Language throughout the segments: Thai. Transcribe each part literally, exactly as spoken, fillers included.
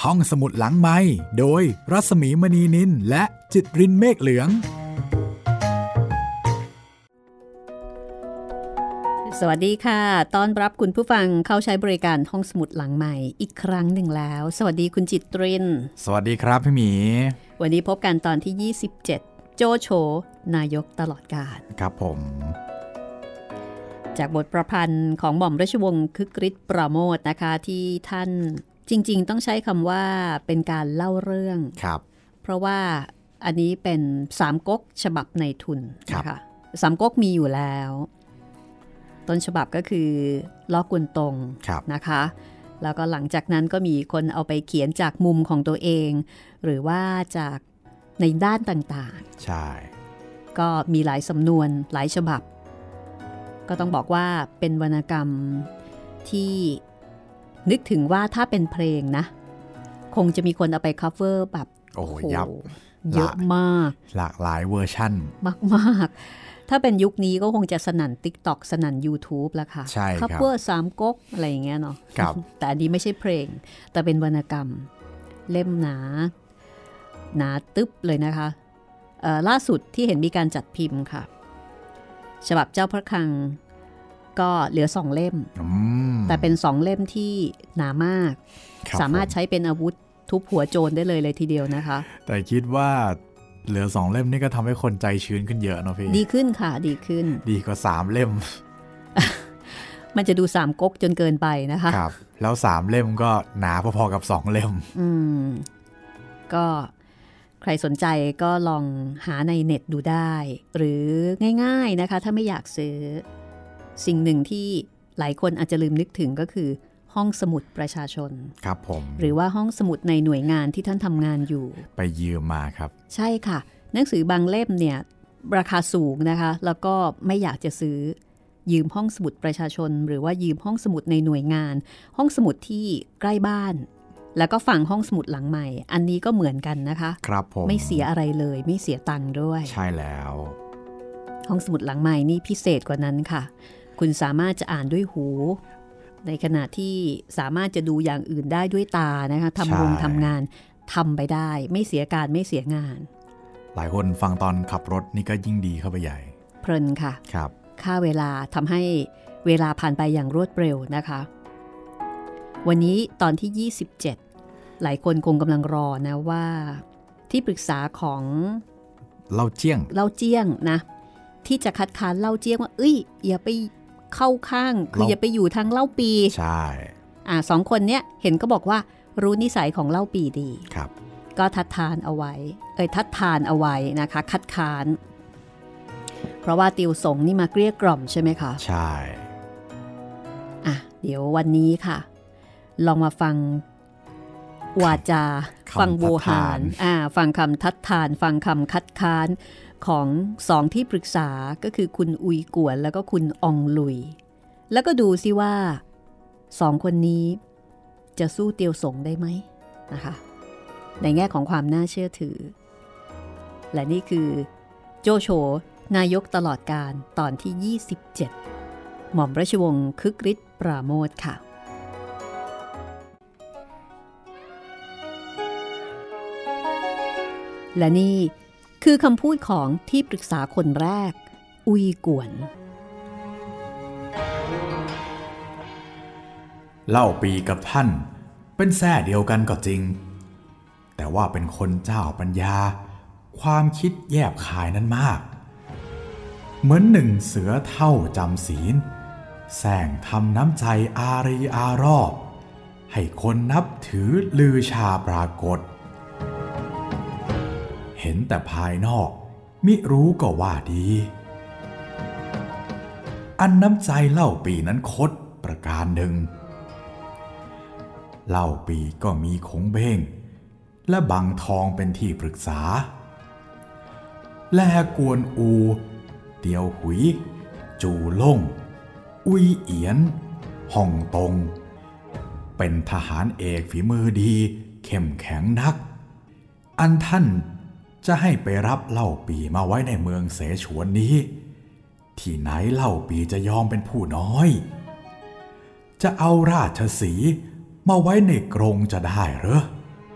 ห้องสมุดหลังไมค์โดยรัศมีมณีนินและจิตรินเมฆเหลืองสวัสดีค่ะต้อนรับคุณผู้ฟังเข้าใช้บริการห้องสมุดหลังใหม่อีกครั้งหนึ่งแล้วสวัสดีคุณจิตรินสวัสดีครับพี่หมีวันนี้พบกันตอนที่ยี่สิบเจ็ดโจโฉนายกตลอดกาลครับผมจากบทประพันธ์ของหม่อมราชวงศ์คึกฤทธิ์ปราโมทนะคะที่ท่านจริงๆต้องใช้คำว่าเป็นการเล่าเรื่องครับเพราะว่าอันนี้เป็นสามก๊กฉบับในทุนนะคะสามก๊กมีอยู่แล้วต้นฉบับก็คือล้อกวนตงนะคะแล้วก็หลังจากนั้นก็มีคนเอาไปเขียนจากมุมของตัวเองหรือว่าจากในด้านต่างๆใช่ก็มีหลายสำนวนหลายฉบับก็ต้องบอกว่าเป็นวรรณกรรมที่นึกถึงว่าถ้าเป็นเพลงนะคงจะมีคนเอาไปคัฟเวอร์แบบโอ้โหยับเยอะมากหลากหลายเวอร์ชั่นมากๆถ้าเป็นยุคนี้ก็คงจะสนั่น TikTok สนั่น YouTube แล้วค่ะใช่ครับคัฟเวอร์สามก๊กอะไรอย่างเงี้ยเนาะ แต่อันนี้ไม่ใช่เพลงแต่เป็นวรรณกรรมเล่มหนาหนาตึ๊บเลยนะคะล่าสุดที่เห็นมีการจัดพิมพ์ค่ะฉบับเจ้าพระคลังก็เหลือสองเล่มแต่เป็นสองเล่มที่หนามากสามารถใช้เป็นอาวุธทุบหัวโจรได้เลยเลยทีเดียวนะคะแต่คิดว่าเหลือสองเล่มนี่ก็ทำให้คนใจชื้นขึ้นเยอะเนาะพี่ดีขึ้นค่ะดีขึ้นดีกว่าสามเล่มมันจะดูสามก๊กจนเกินไปนะคะครับแล้วสามเล่มก็หนาพอๆกับสองเล่มอืมก็ใครสนใจก็ลองหาในเน็ตดูได้หรือง่ายๆนะคะถ้าไม่อยากซื้อสิ่งหนึ่งที่หลายคนอาจจะลืมนึกถึงก็คือห้องสมุดประชาชนครับผมหรือว่าห้องสมุดในหน่วยงานที่ท่านทำงานอยู่ไปยืมมาครับใช่ค่ะหนังสือบางเล่มเนี่ยราคาสูงนะคะแล้วก็ไม่อยากจะซื้อยืมห้องสมุดประชาชนหรือว่ายืมห้องสมุดในหน่วยงานห้องสมุดที่ใกล้บ้านแล้วก็ฝั่งห้องสมุดหลังใหม่อันนี้ก็เหมือนกันนะคะครับผมไม่เสียอะไรเลยไม่เสียตังค์ด้วยใช่แล้วห้องสมุดหลังใหม่นี่พิเศษกว่านั้นค่ะคุณสามารถจะอ่านด้วยหูในขณะที่สามารถจะดูอย่างอื่นได้ด้วยตานะคะทำงานทำงานทำไปได้ไม่เสียการไม่เสียงานหลายคนฟังตอนขับรถนี่ก็ยิ่งดีเข้าไปใหญ่เพลินค่ะครับค่าเวลาทำให้เวลาผ่านไปอย่างรวดเร็วนะคะวันนี้ตอนที่ยี่สิบเจ็ดหลายคนคงกำลังรอนะว่าที่ปรึกษาของเล่าเจี้ยงเล่าเจี้ยงนะที่จะคัดค้านเล่าเจี้ยงว่าเอ้ยอย่าไปเข้าข้างคืออย่าไปอยู่ทางเล่าปีใช่อ่าสองคนเนี้ยเห็นก็บอกว่ารู้นิสัยของเล่าปีดีครับก็ทัดทานเอาไว้เอ้ยทัดทานเอาไว้นะคะคัดค้านเพราะว่าติวสงนี่มาเกลี้ยกล่อมใช่ไหมคะใช่อ่ะเดี๋ยววันนี้ค่ะลองมาฟังวาจาฟังโวหารอ่าฟังคำทัดทานฟังคำคัดค้านของสองที่ปรึกษาก็คือคุณอุยกวนแล้วก็คุณอองลุยแล้วก็ดูซิว่าสองคนนี้จะสู้เตียวสงได้ไหมนะคะในแง่ของความน่าเชื่อถือและนี่คือโจโฉนายกตลอดกาลตอนที่ยี่สิบเจ็ดหม่อมราชวงศ์คึกฤทธิ์ปราโมทค่ะและนี่คือคำพูดของที่ปรึกษาคนแรกอุยกวนเล่าปีกับท่านเป็นแท้เดียวกันก็จริงแต่ว่าเป็นคนเจ้าปัญญาความคิดแยบคายนั้นมากเหมือนหนึ่งเสือเท่าจำศีลแสร้งทำน้ำใจอารีอารอบให้คนนับถือลือชาปรากฏเห็นแต่ภายนอกมิรู้ก็ว่าดีอันน้ำใจเล่าปีนั้นคดประการหนึ่งเล่าปีก็มีคงเบ้งและบังทองเป็นที่ปรึกษาแลกวนอูเตียวหุยจูล่งอุยเอียนฮ่องตงเป็นทหารเอกฝีมือดีเข้มแข็งนักอันท่านจะให้ไปรับเล่าปีมาไว้ในเมืองเสฉวนนี้ที่ไหนเล่าปีจะยอมเป็นผู้น้อยจะเอาราชสีห์มาไว้ในกรงจะได้เหรอ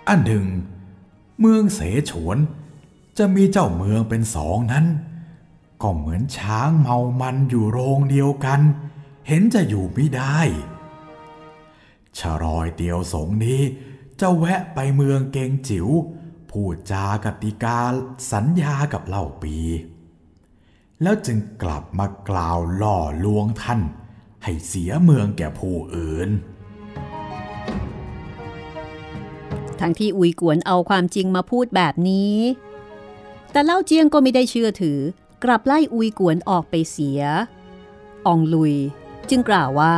อันหนึ่งเมืองเสฉวนจะมีเจ้าเมืองเป็นสองนั้นก็เหมือนช้างเมามันอยู่โรงเดียวกันเห็นจะอยู่ไม่ได้ชะรอยเตียวสงนี้จะแวะไปเมืองเกงจิ๋วพูดจากติกาสัญญากับเล่าปีแล้วจึงกลับมากล่าวล่อลวงท่านให้เสียเมืองแก่ผู้อื่นทั้งที่อุยกวนเอาความจริงมาพูดแบบนี้แต่เล่าเจียงก็ไม่ได้เชื่อถือกลับไล่อุยกวนออกไปเสียอองลุยจึงกล่าวว่า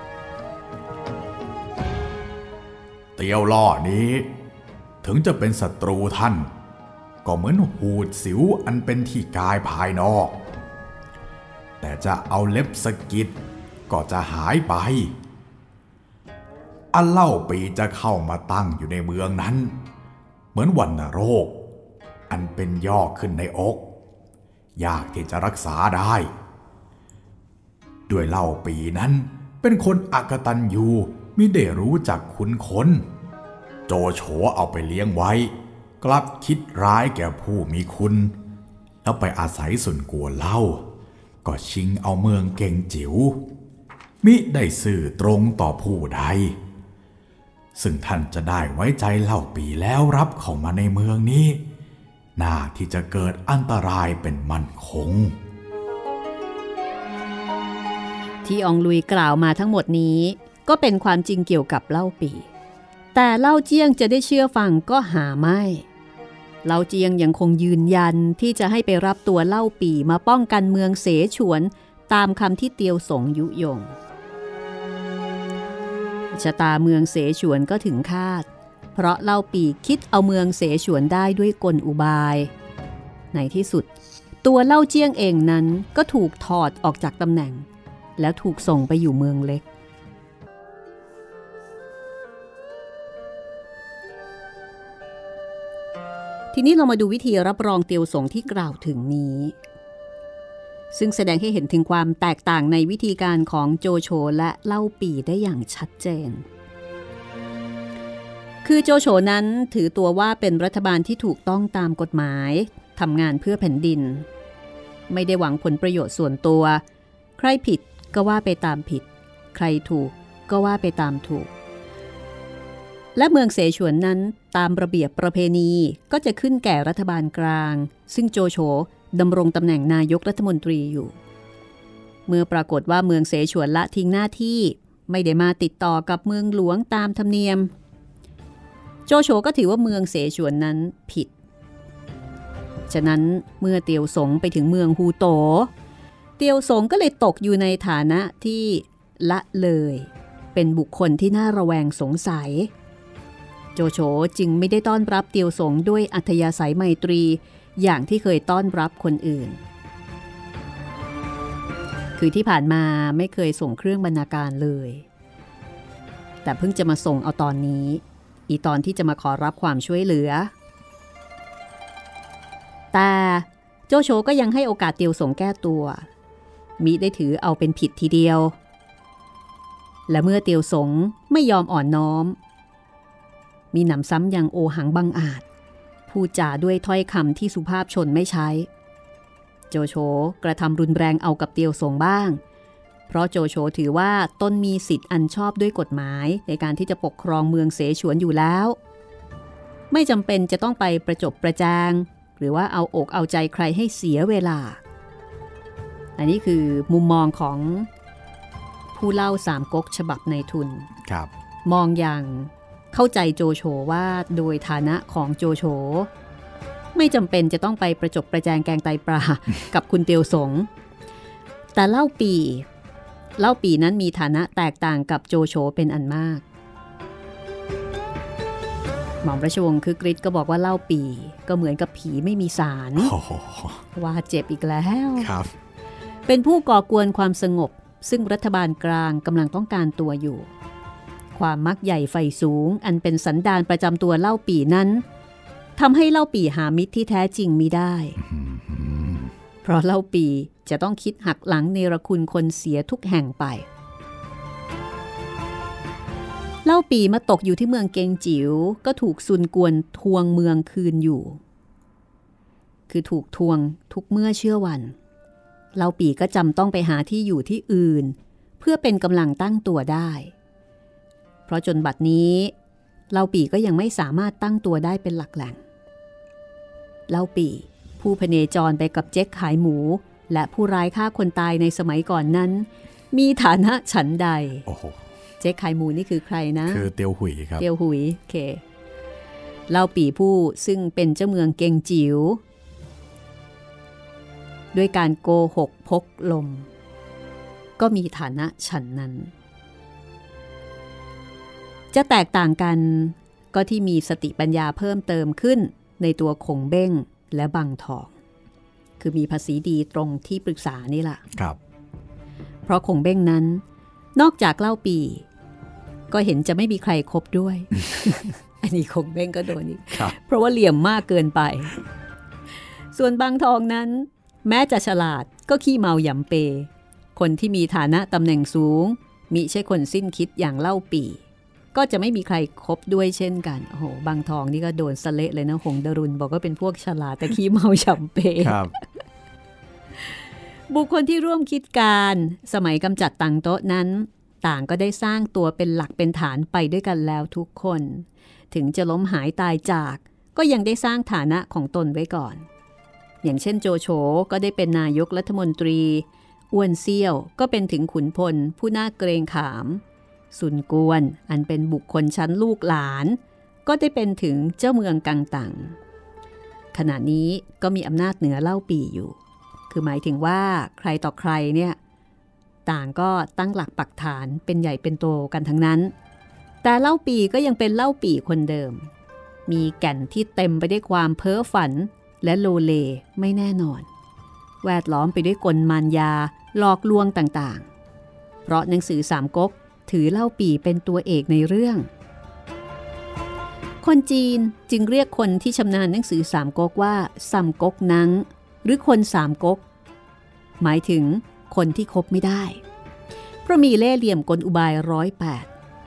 เตียวล่อนี้ถึงจะเป็นศัตรูท่านก็เหมือนหูดสิวอันเป็นที่กายภายนอกแต่จะเอาเล็บสกิดก็จะหายไปอันเล่าปีจะเข้ามาตั้งอยู่ในเมืองนั้นเหมือนวัณโรคอันเป็นยอกขึ้นในอกยากที่จะรักษาได้ด้วยเล่าปีนั้นเป็นคนอกตัญญูมิได้รู้จักคุณคนโจโฉเอาไปเลี้ยงไว้กลับคิดร้ายแก่ผู้มีคุณแล้วไปอาศัยส่วนกัวเล่าก็ชิงเอาเมืองเก่งจิ๋วมิได้สื่อตรงต่อผู้ใดซึ่งท่านจะได้ไว้ใจเล่าปีแล้วรับเข้ามาในเมืองนี้น่าที่จะเกิดอันตรายเป็นมั่นคงที่อองลุยกล่าวมาทั้งหมดนี้ก็เป็นความจริงเกี่ยวกับเล่าปีแต่เล่าเจียงจะได้เชื่อฟังก็หาไม่เล่าเจียงยังคงยืนยันที่จะให้ไปรับตัวเล่าปีมาป้องกันเมืองเสฉวนตามคำที่เตียวสงยุยงชะตาเมืองเสฉวนก็ถึงคาดเพราะเล่าปีคิดเอาเมืองเสฉวนได้ด้วยกลอุบายในที่สุดตัวเล่าเจียงเองนั้นก็ถูกถอดออกจากตำแหน่งแล้วถูกส่งไปอยู่เมืองเล็กทีนี้เรามาดูวิธีรับรองเตียวสงที่กล่าวถึงนี้ซึ่งแสดงให้เห็นถึงความแตกต่างในวิธีการของโจโฉและเล่าปีได้อย่างชัดเจนคือโจโฉนั้นถือตัวว่าเป็นรัฐบาลที่ถูกต้องตามกฎหมายทำงานเพื่อแผ่นดินไม่ได้หวังผลประโยชน์ส่วนตัวใครผิดก็ว่าไปตามผิดใครถูกก็ว่าไปตามถูกและเมืองเสฉวนนั้นตามระเบียบประเพณีก็จะขึ้นแก่รัฐบาลกลางซึ่งโจโฉดำรงตำแหน่งนายกรัฐมนตรีอยู่เมื่อปรากฏว่าเมืองเสฉวนละทิ้งหน้าที่ไม่ได้มาติดต่อกับเมืองหลวงตามธรรมเนียมโจโฉก็ถือว่าเมืองเสฉวนนั้นผิดฉะนั้นเมื่อเตียวสงไปถึงเมืองฮูโตเตียวสงก็เลยตกอยู่ในฐานะที่ละเลยเป็นบุคคลที่น่าระแวงสงสัยโจโฉจึงไม่ได้ต้อนรับเตียวสงด้วยอัธยาศัยไมตรีอย่างที่เคยต้อนรับคนอื่นคือที่ผ่านมาไม่เคยส่งเครื่องบรรณาการเลยแต่เพิ่งจะมาส่งเอาตอนนี้อีตอนที่จะมาขอรับความช่วยเหลือแต่โจโฉก็ยังให้โอกาสเตียวสงแก้ตัวมิได้ถือเอาเป็นผิดทีเดียวและเมื่อเตียวสงไม่ยอมอ่อนน้อมมีหนำซ้ำยังโอหังบังอาจพูดจาด้วยถ้อยคำที่สุภาพชนไม่ใช้โจโฉกระทำรุนแรงเอากับเตียวสงบ้างเพราะโจโฉถือว่าตนมีสิทธิ์อันชอบด้วยกฎหมายในการที่จะปกครองเมืองเสฉวนอยู่แล้วไม่จำเป็นจะต้องไปประจบประแจงหรือว่าเอาอกเอาใจใครให้เสียเวลาอันนี้คือมุมมองของผู้เล่าสามก๊กฉบับในทุนครับมองอย่างเข้าใจโจโฉว่าโดยฐานะของโจโฉไม่จำเป็นจะต้องไปประจบประแจงแกงไตปลา กับคุณเตียวสงแต่เล่าปีเล่าปีนั้นมีฐานะแตกต่างกับโจโฉเป็นอันมากหม่อมราชวงศ์คือกฤษก็บอกว่าเล่าปีก็เหมือนกับผีไม่มีสารว่าเจ็บอีกแล้วครับเป็นผู้ก่อกวนความสงบซึ่งรัฐบาลกลางกำลังต้องการตัวอยู่ความมักใหญ่ไฟสูงอันเป็นสันดานประจำตัวเล่าปีนั้นทำให้เล่าปีหามิตรที่แท้จริงมิได้ เพราะเล่าปีจะต้องคิดหักหลังเนรคุณคนเสียทุกแห่งไปเล่าปีมาตกอยู่ที่เมืองเกงจิ๋วก็ถูกซุนกวนทวงเมืองคืนอยู่คือถูกทวงทุกเมื่อเชื่อวันเล่าปีก็จำต้องไปหาที่อยู่ที่อื่นเพื่อเป็นกำลังตั้งตัวได้เพราะจนบัดนี้เล่าปีก็ยังไม่สามารถตั้งตัวได้เป็นหลักแหล่งเล่าปีผู้พเนจรไปกับเจ๊กขายหมูและผู้ร้ายฆ่าคนตายในสมัยก่อนนั้นมีฐานะฉันใดโอ้โหเจ๊กขายหมูนี่คือใครนะคือเตียวหุยครับเตียวหุยโอเคเล่าปีผู้ซึ่งเป็นเจ้าเมืองเกงจิ๋วด้วยการโกหกพกลมก็มีฐานะฉันนั้นจะแตกต่างกันก็ที่มีสติปัญญาเพิ่มเติมขึ้นในตัวคงเบ้งและบังทองคือมีภาษีดีตรงที่ปรึกษานี่แหละครับเพราะคงเบ้งนั้นนอกจากเล่าปีก็เห็นจะไม่มีใครคบด้วย อันนี้คงเบ้งก็โดนอีกเพราะว่าเหลี่ยมมากเกินไปส่วนบังทองนั้นแม้จะฉลาดก็ขี้เมาหยำเปคนที่มีฐานะตำแหน่งสูงมิใช่คนสิ้นคิดอย่างเล่าปีก็จะไม่มีใครคบด้วยเช่นกันโอ้โหบางทองนี่ก็โดนสะเละเลยนะหงดรุณบอกว่าเป็นพวกฉลาดแต่ขี้เมาฉ่ำเปครับบุคคลที่ร่วมคิดการสมัยกำจัดตังโต๊ะนั้นต่างก็ได้สร้างตัวเป็นหลักเป็นฐานไปด้วยกันแล้วทุกคนถึงจะล้มหายตายจากก็ยังได้สร้างฐานะของตนไว้ก่อนอย่างเช่นโจโฉก็ได้เป็นนายกรัฐมนตรีอ้วนเซี่ยวก็เป็นถึงขุนพลผู้น่าเกรงขามซุนกวนอันเป็นบุคคลชั้นลูกหลานก็ได้เป็นถึงเจ้าเมืองกังตังขณะนี้ก็มีอำนาจเหนือเล่าปีอยู่คือหมายถึงว่าใครต่อใครเนี่ยต่างก็ตั้งหลักปักฐานเป็นใหญ่เป็นโตกันทั้งนั้นแต่เล่าปีก็ยังเป็นเล่าปีคนเดิมมีแก่นที่เต็มไปด้วยความเพ้อฝันและโลเลไม่แน่นอนแวดล้อมไปด้วยกลมารยาหลอกลวงต่างๆเพราะหนังสือสามก๊กถือเล่าปีเป็นตัวเอกในเรื่องคนจีนจึงเรียกคนที่ชำนาญหนังสือสามก๊กว่าซัมก๊กนังหรือคนสามก๊กหมายถึงคนที่คบไม่ได้เพราะมีเล่ห์เหลี่ยมกลอุบายร้อยแปด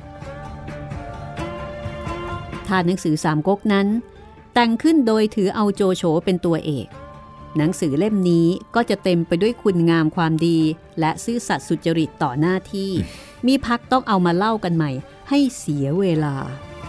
ถ้าหนังสือสามก๊กนั้นแต่งขึ้นโดยถือเอาโจโฉเป็นตัวเอกหนังสือเล่มนี้ก็จะเต็มไปด้วยคุณงามความดีและซื่อสัตย์สุจริตต่อหน้าที่มีพักต้องเอามาเล่ากันใหม่ให้เสียเวลา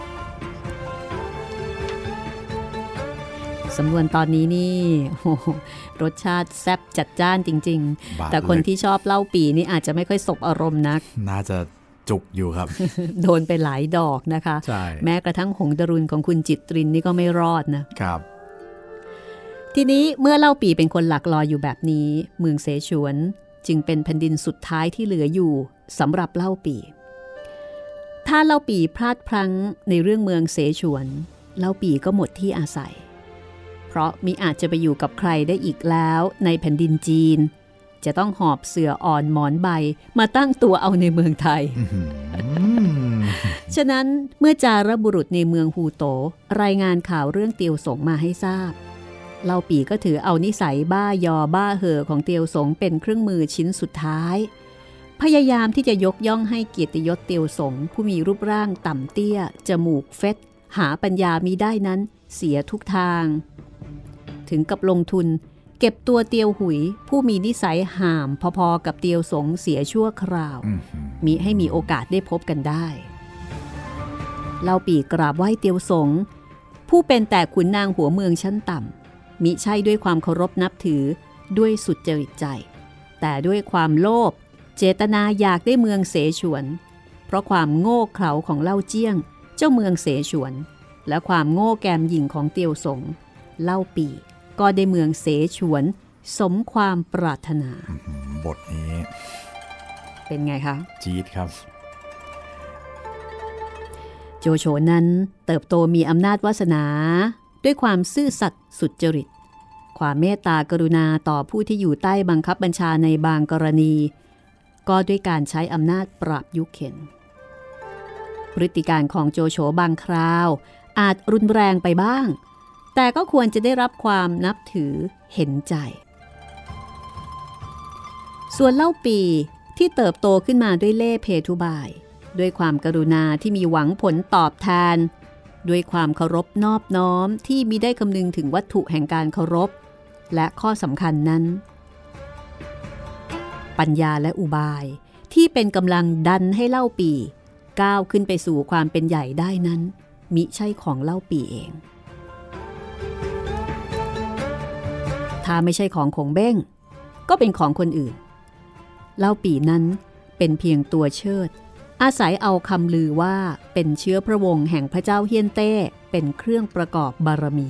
สำนวนตอนนี้นี่รสชาติแซ่บจัดจ้านจริงๆแต่คนที่ชอบเล่าปีนี่อาจจะไม่ค่อยสบอารมณ์นักน่าจะจุกอยู่ครับโดนไปหลายดอกนะคะแม้กระทั่งหงดรุณของคุณจิตรินนี่ก็ไม่รอดนะครับทีนี้เมื่อเล่าปีเป็นคนหลักลอยอยู่แบบนี้เมืองเสฉวนจึงเป็นแผ่นดินสุดท้ายที่เหลืออยู่สำหรับเล่าปีถ้าเล่าปีพลาดพลั้งในเรื่องเมืองเสฉวนเล่าปีก็หมดที่อาศัยเพราะมิอาจจะไปอยู่กับใครได้อีกแล้วในแผ่นดินจีนจะต้องหอบเสื่ออ่อนหมอนใบมาตั้งตัวเอาในเมืองไทย ฉะนั้นเมื่อจารบุรุษในเมืองฮูโตรายงานข่าวเรื่องเตียวสงมาให้ทราบเล่าปีก็ถือเอานิสัยบ้ายอบ้าเห่อของเตียวสงเป็นเครื่องมือชิ้นสุดท้ายพยายามที่จะยกย่องให้เกียรติยศเตียวสงผู้มีรูปร่างต่ำเตี้ยจมูกเฟ็ดหาปัญญามีได้นั้นเสียทุกทางถึงกับลงทุนเก็บตัวเตียวหุยผู้มีนิสัยห่ามพอๆกับเตียวสงเสียชั่วคราวมิให้มีโอกาสได้พบกันได้เล่าปีกราบไหว้เตียวสงผู้เป็นแต่ขุนนางหัวเมืองชั้นต่ำมิใช่ด้วยความเคารพนับถือด้วยสุดจริตใจแต่ด้วยความโลภเจตนาอยากได้เมืองเสฉวนเพราะความโง่เขลาของเล่าเจี้ยงเจ้าเมืองเสฉวนและความโง่แกมหยิ่งของเตียวสงเล่าปีก็ได้เมืองเสฉวนสมความปรารถนาบทนี้เป็นไงคะจี๊ดครับโจโฉนั้นเติบโตมีอำนาจวาสนาด้วยความซื่อสัตย์สุจริตความเมตตากรุณาต่อผู้ที่อยู่ใต้บังคับบัญชาในบางกรณีก็ด้วยการใช้อำนาจปราบยุเข็นพฤติการของโจโฉบางคราวอาจรุนแรงไปบ้างแต่ก็ควรจะได้รับความนับถือเห็นใจส่วนเล่าปีที่เติบโตขึ้นมาด้วยเล่ห์เพทุบายด้วยความกรุณาที่มีหวังผลตอบแทนด้วยความเคารพนอบน้อมที่มิได้คำนึงถึงวัตถุแห่งการเคารพและข้อสำคัญนั้นปัญญาและอุบายที่เป็นกำลังดันให้เล่าปี่ก้าวขึ้นไปสู่ความเป็นใหญ่ได้นั้นมิใช่ของเล่าปี่เองถ้าไม่ใช่ของคงเบ้งก็เป็นของคนอื่นเล่าปี่นั้นเป็นเพียงตัวเชิดอาศัยเอาคำลือว่าเป็นเชื้อพระวงศ์แห่งพระเจ้าเฮียนเต้เป็นเครื่องประกอบบารมี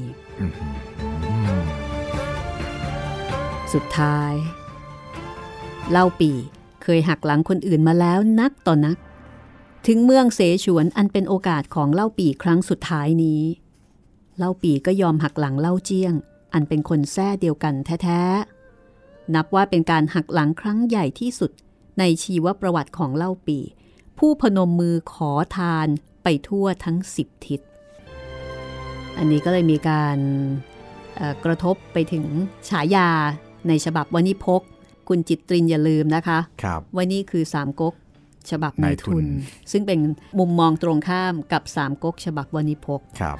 สุดท้ายเล่าปี่เคยหักหลังคนอื่นมาแล้วนักต่อนักถึงเมืองเสฉวนอันเป็นโอกาสของเล่าปี่ครั้งสุดท้ายนี้เล่าปี่ก็ยอมหักหลังเล่าเจี้ยงอันเป็นคนแท้เดียวกันแท้ๆนับว่าเป็นการหักหลังครั้งใหญ่ที่สุดในชีวประวัติของเล่าปี่ผู้พนมมือขอทานไปทั่วทั้งสิบทิศอันนี้ก็เลยมีการกระทบไปถึงฉายาในฉบับวณิพกคุณจิตรินอย่าลืมนะคะว่านี่คือสามก๊กฉบับนายทุนซึ่งเป็นมุมมองตรงข้ามกับสามก๊กฉบับวณิพกครับ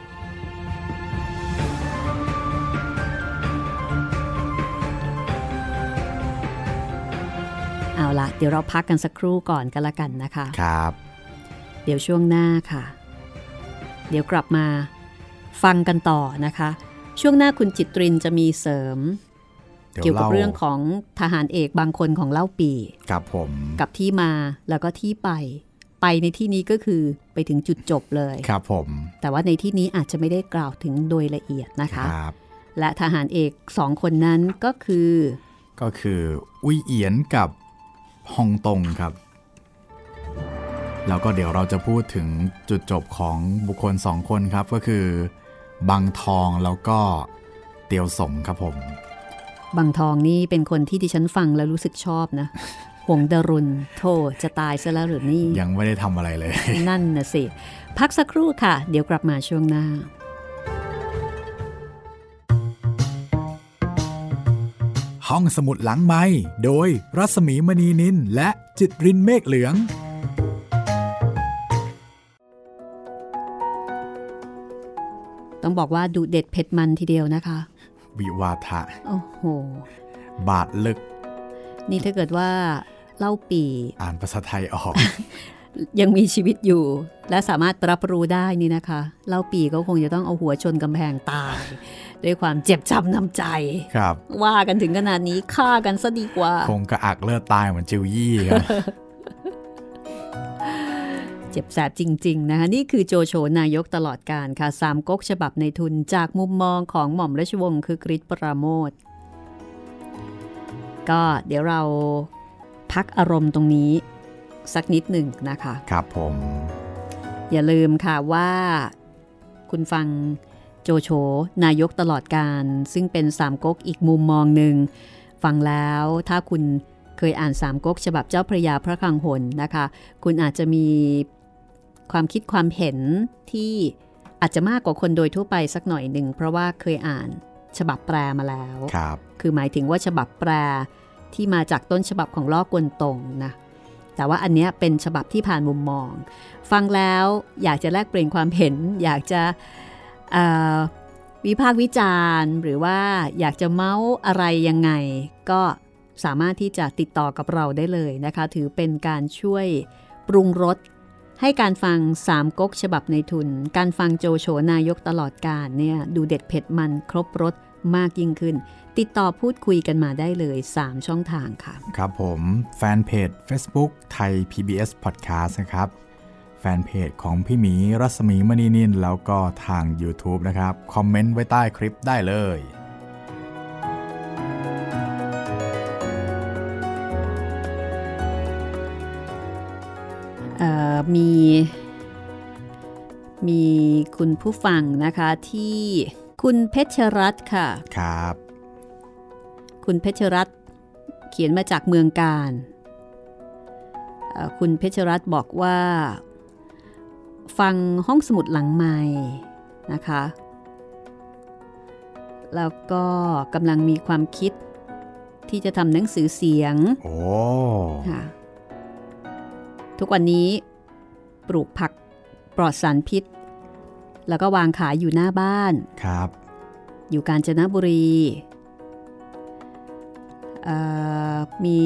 เอาละเดี๋ยวเราพักกันสักครู่ก่อนกันละกันนะคะครับเดี๋ยวช่วงหน้าค่ะเดี๋ยวกลับมาฟังกันต่อนะคะช่วงหน้าคุณจิตรินจะมีเสริมเกี่ยวกับเรื่องของทหารเอกบางคนของเล่าปี่กับผมกับที่มาแล้วก็ที่ไปไปในที่นี้ก็คือไปถึงจุดจบเลยครับผมแต่ว่าในที่นี้อาจจะไม่ได้กล่าวถึงโดยละเอียดนะคะครับและทหารเอกสองคนนั้นก็คือก็คืออุยเอียนกับฮองตงครับแล้วก็เดี๋ยวเราจะพูดถึงจุดจบของบุคคลสองคนครับก็คือบังทองแล้วก็เตียวสงครับผมบังทองนี่เป็นคนที่ดิฉันฟังแล้วรู้สึกชอบนะหงดารุณโธ่จะตายซะแล้วหรือนี่ยังไม่ได้ทำอะไรเลยนั่นน่ะสิพักสักครู่ค่ะเดี๋ยวกลับมาช่วงหน้าห้องสมุดหลังไมค์โดยรัศมีมณีนินและจิตรินเมฆเหลืองต้องบอกว่าดุเด็ดเผ็ดมันทีเดียวนะคะวิวาทะโอ้โหบาดลึกนี่ถ้าเกิดว่าเล่าปี่อ่านภาษาไทยออกยังมีชีวิตอยู่และสามารถรับรู้ได้นี่นะคะเล่าปี่ก็คงจะต้องเอาหัวชนกำแพงตายด้วยความเจ็บช้ำน้ำใจครับว่ากันถึงขนาดนี้ฆ่ากันซะดีกว่าคงกระอักเลือดตายเหมือนจิวยี่ครับเจ็บแสบจริงๆนะคะนี่คือโจโฉนายกตลอดกาลค่ะสามก๊กฉบับในทุนจากมุมมองของหม่อมราชวงศ์คึกฤทธิ์ปราโมทย์ก็เดี๋ยวเราพักอารมณ์ตรงนี้สักนิดหนึ่งนะคะครับผมอย่าลืมค่ะว่าคุณฟังโจโฉนายกตลอดกาลซึ่งเป็นสามก๊กอีกมุมมองหนึ่งฟังแล้วถ้าคุณเคยอ่านสามก๊กฉบับเจ้าพระยาพระคลังหนนะคะคุณอาจจะมีความคิดความเห็นที่อาจจะมากกว่าคนโดยทั่วไปสักหน่อยหนึ่งเพราะว่าเคยอ่านฉบับแปลมาแล้วครับคือหมายถึงว่าฉบับแปลที่มาจากต้นฉบับของล่อกวนตงนะแต่ว่าอันเนี้ยเป็นฉบับที่ผ่านมุมมองฟังแล้วอยากจะแลกเปลี่ยนความเห็นอยากจะวิพากษ์วิจารณ์หรือว่าอยากจะเม้าอะไรยังไงก็สามารถที่จะติดต่อกับเราได้เลยนะคะถือเป็นการช่วยปรุงรสให้การฟังสามก๊กฉบับในทุนการฟังโจโฉนายกตลอดกาลเนี่ยดูเด็ดเผ็ดมันครบรสมากยิ่งขึ้นติดต่อพูดคุยกันมาได้เลยสามช่องทางค่ะครับผมแฟนเพจ Facebook ไทย พี บี เอส Podcast นะครับแฟนเพจของพี่หมีรัศมีมณีนินแล้วก็ทาง YouTube นะครับคอมเมนต์ไว้ใต้คลิปได้เลยมีมีคุณผู้ฟังนะคะที่คุณเพชรรัตน์ค่ะครับคุณเพชรรัตน์เขียนมาจากเมืองกาญคุณเพชรรัตน์บอกว่าฟังห้องสมุดหลังไมค์นะคะแล้วก็กำลังมีความคิดที่จะทำหนังสือเสียงโอ้ค่ะทุกวันนี้ปลูกผักปลอดสารพิษแล้วก็วางขายอยู่หน้าบ้านครับอยู่กาญจนบุรีมี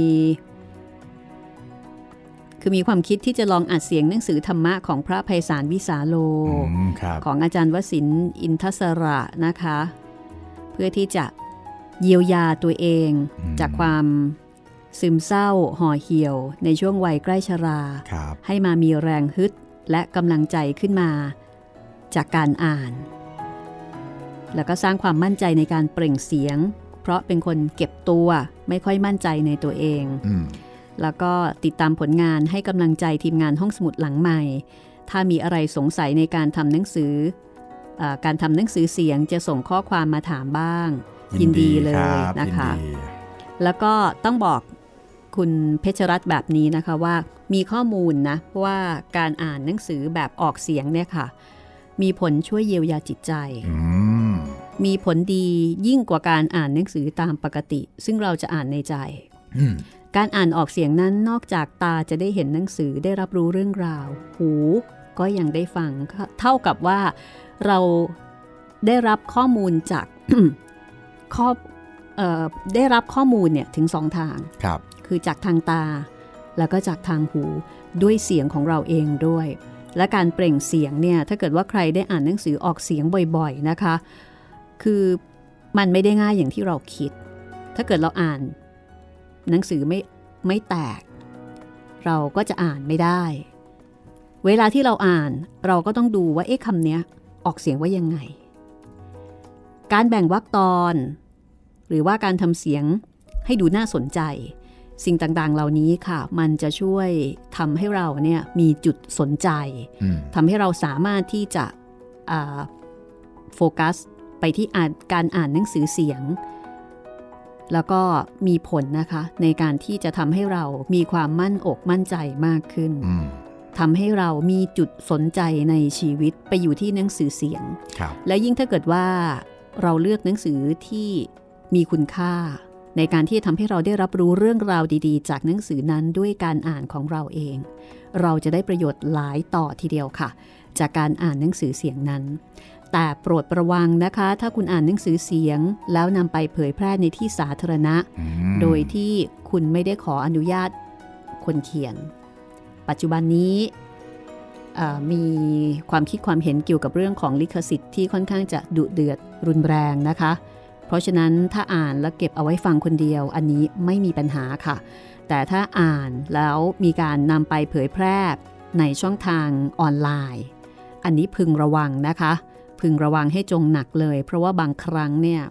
คือมีความคิดที่จะลองอัดเสียงหนังสือธรรมะของพระไพศาลวิสาโลของอาจารย์วสินทร์อินทสระนะคะเพื่อที่จะเยียวยาตัวเองจากความซึมเศร้าห่อเหี่ยวในช่วงวัยใกล้ชราให้มามีแรงฮึดและกำลังใจขึ้นมาจากการอ่านแล้วก็สร้างความมั่นใจในการเปล่งเสียงเพราะเป็นคนเก็บตัวไม่ค่อยมั่นใจในตัวเองแล้วก็ติดตามผลงานให้กำลังใจทีมงานห้องสมุดหลังใหม่ถ้ามีอะไรสงสัยในการทำหนังสือการทำหนังสือเสียงจะส่งข้อความมาถามบ้างยินดีเลยนะคะแล้วก็ต้องบอกคุณเพชรรัตน์แบบนี้นะคะว่ามีข้อมูลนะว่าการอ่านหนังสือแบบออกเสียงเนี่ยค่ะมีผลช่วยเยียวยาจิตใจมีผลดียิ่งกว่าการอ่านหนังสือตามปกติซึ่งเราจะอ่านในใจการอ่านออกเสียงนั้นนอกจากตาจะได้เห็นหนังสือได้รับรู้เรื่องราวหูก็ยังได้ฟังเท่ากับว่าเราได้รับข้อมูลจาก ข้อเอ่อได้รับข้อมูลเนี่ยถึงสองทางครับคือจากทางตาแล้วก็จากทางหูด้วยเสียงของเราเองด้วยและการเปล่งเสียงเนี่ยถ้าเกิดว่าใครได้อ่านหนังสือออกเสียงบ่อยๆนะคะคือมันไม่ได้ง่ายอย่างที่เราคิดถ้าเกิดเราอ่านหนังสือไม่ไม่แตกเราก็จะอ่านไม่ได้เวลาที่เราอ่านเราก็ต้องดูว่าเอ๊ะคำเนี้ยออกเสียงว่ายังไงการแบ่งวรรคตอนหรือว่าการทำเสียงให้ดูน่าสนใจสิ่งต่างๆเหล่านี้ค่ะมันจะช่วยทำให้เราเนี่ยมีจุดสนใจทำให้เราสามารถที่จะโฟกัสไปที่อ่านการอ่านหนังสือเสียงแล้วก็มีผลนะคะในการที่จะทำให้เรามีความมั่นอกมั่นใจมากขึ้นทำให้เรามีจุดสนใจในชีวิตไปอยู่ที่หนังสือเสียงและยิ่งถ้าเกิดว่าเราเลือกหนังสือที่มีคุณค่าในการที่จะทำให้เราได้รับรู้เรื่องราวดีๆจากหนังสือนั้นด้วยการอ่านของเราเองเราจะได้ประโยชน์หลายต่อทีเดียวค่ะจากการอ่านหนังสือเสียงนั้นแต่โปรดระวังนะคะถ้าคุณอ่านหนังสือเสียงแล้วนำไปเผยแพร่ในที่สาธารณะโดยที่คุณไม่ได้ขออนุญาตคนเขียนปัจจุบันนี้มีความคิดความเห็นเกี่ยวกับเรื่องของลิขสิทธิ์ที่ค่อนข้างจะดุเดือดรุนแรงนะคะเพราะฉะนั้นถ้าอ่านแล้วเก็บเอาไว้ฟังคนเดียวอันนี้ไม่มีปัญหาค่ะแต่ถ้าอ่านแล้วมีการนำไปเผยแพร่ในช่องทางออนไลน์อันนี้พึงระวังนะคะพึงระวังให้จงหนักเลยเพราะว่าบางครั้งเนี่ย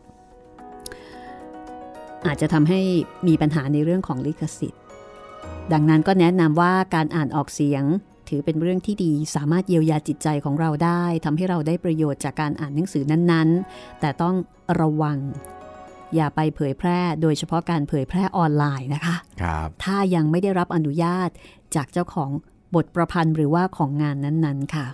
อาจจะทำให้มีปัญหาในเรื่องของลิขสิทธิ์ดังนั้นก็แนะนำว่าการอ่านออกเสียงถือเป็นเรื่องที่ดีสามารถเยียวยาจิตใจของเราได้ทำให้เราได้ประโยชน์จากการอ่านหนังสือนั้นๆแต่ต้องระวังอย่าไปเผยแพร่โดยเฉพาะการเผยแพร่ออนไลน์นะคะครับถ้ายังไม่ได้รับอนุญาตจากเจ้าของบทประพันธ์หรือว่าของงานนั้นๆค่ะ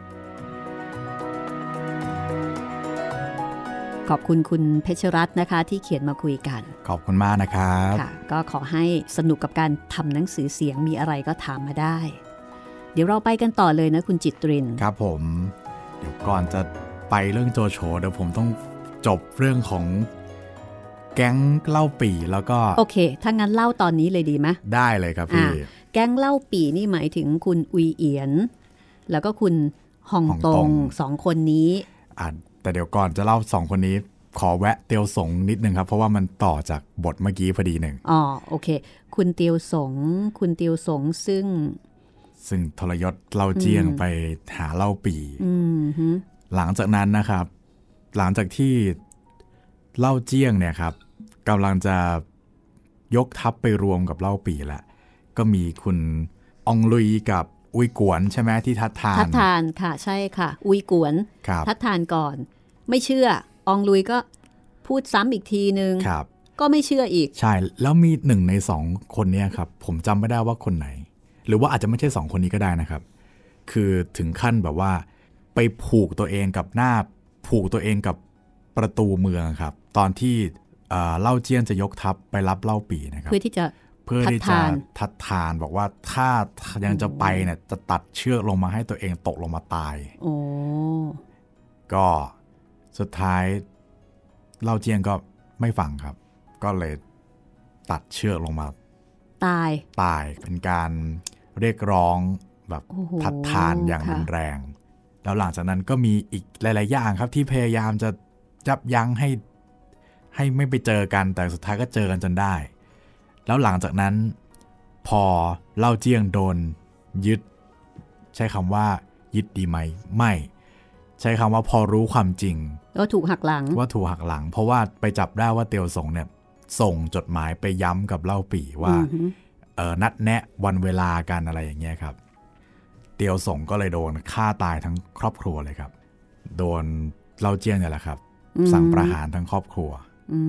ขอบคุณคุณเพชรรัตน์นะคะที่เขียนมาคุยกันขอบคุณมากนะครับค่ะก็ขอให้สนุกกับการทำหนังสือเสียงมีอะไรก็ถามมาได้เดี๋ยวเราไปกันต่อเลยนะคุณจิตรินครับผมเดี๋ยวก่อนจะไปเรื่องโจโฉเดี๋ยวผมต้องจบเรื่องของแก๊งเล่าปี่แล้วก็โอเคถ้างั้นเล่าตอนนี้เลยดีไหมได้เลยครับพี่แก๊งเล่าปี่นี่หมายถึงคุณอุยเอียนแล้วก็คุณฮองตงสองคนนี้อ่ะแต่เดี๋ยวก่อนจะเล่าสองคนนี้ขอแวะเตียวสงนิดนึงครับเพราะว่ามันต่อจากบทเมื่อกี้พอดีหนึ่งอ๋อโอเคคุณเตียวสงคุณเตียวสงซึ่งซึ่งทรยศเล่าเจียงไปหาเล่าปี่หลังจากนั้นนะครับหลังจากที่เล่าเจียงเนี่ยครับกำลังจะยกทัพไปรวมกับเล่าปี่แล้วก็มีคุณอองลุยกับอุยกวนใช่ไหมที่ทัดทานทัดทานค่ะใช่ค่ะอุยกวนทัดทานก่อนไม่เชื่ออองลุยก็พูดซ้ำอีกทีนึงก็ไม่เชื่ออีกใช่แล้วมีหนึ่งในสองคนนี้ครับผมจำไม่ได้ว่าคนไหนหรือว่าอาจจะไม่ใช่สองคนนี้ก็ได้นะครับคือถึงขั้นแบบว่าไปผูกตัวเองกับหน้าผูกตัวเองกับประตูเมืองครับตอนที่เล่าเจี้ยนจะยกทัพไปรับเล่าปี่นะครับเพื่อที่จะเพื่อที่จะทัดทานบอกว่าถ้ายังจะไปเนี่ยจะตัดเชือกลงมาให้ตัวเองตกลงมาตายโอ้ก็สุดท้ายเล่าเจียงก็ไม่ฟังครับก็เลยตัดเชือกลงมาตายตายเป็นการเรียกร้องแบบทัดทานอย่างรุนแรงแล้วหลังจากนั้นก็มีอีกหลายๆอย่างครับที่พยายามจะยับยั้งให้ให้ไม่ไปเจอกันแต่สุดท้ายก็เจอกันจนได้แล้วหลังจากนั้นพอเล่าเจียงโดนยึดใช้คำว่ายึดดีไหมไม่ใช้คำว่าพอรู้ความจริงว่าถูกหักหลังว่าถูกหักหลังเพราะว่าไปจับได้ว่าเตียวสงเนี่ยส่งจดหมายไปย้ำกับเล่าปี่ว่าเออนัดแนะวันเวลากันอะไรอย่างเงี้ยครับเตียวสงก็เลยโดนฆ่าตายทั้งครอบครัวเลยครับโดนเล่าเจียงเนี่ยแหละครับสั่งประหารทั้งครอบครัว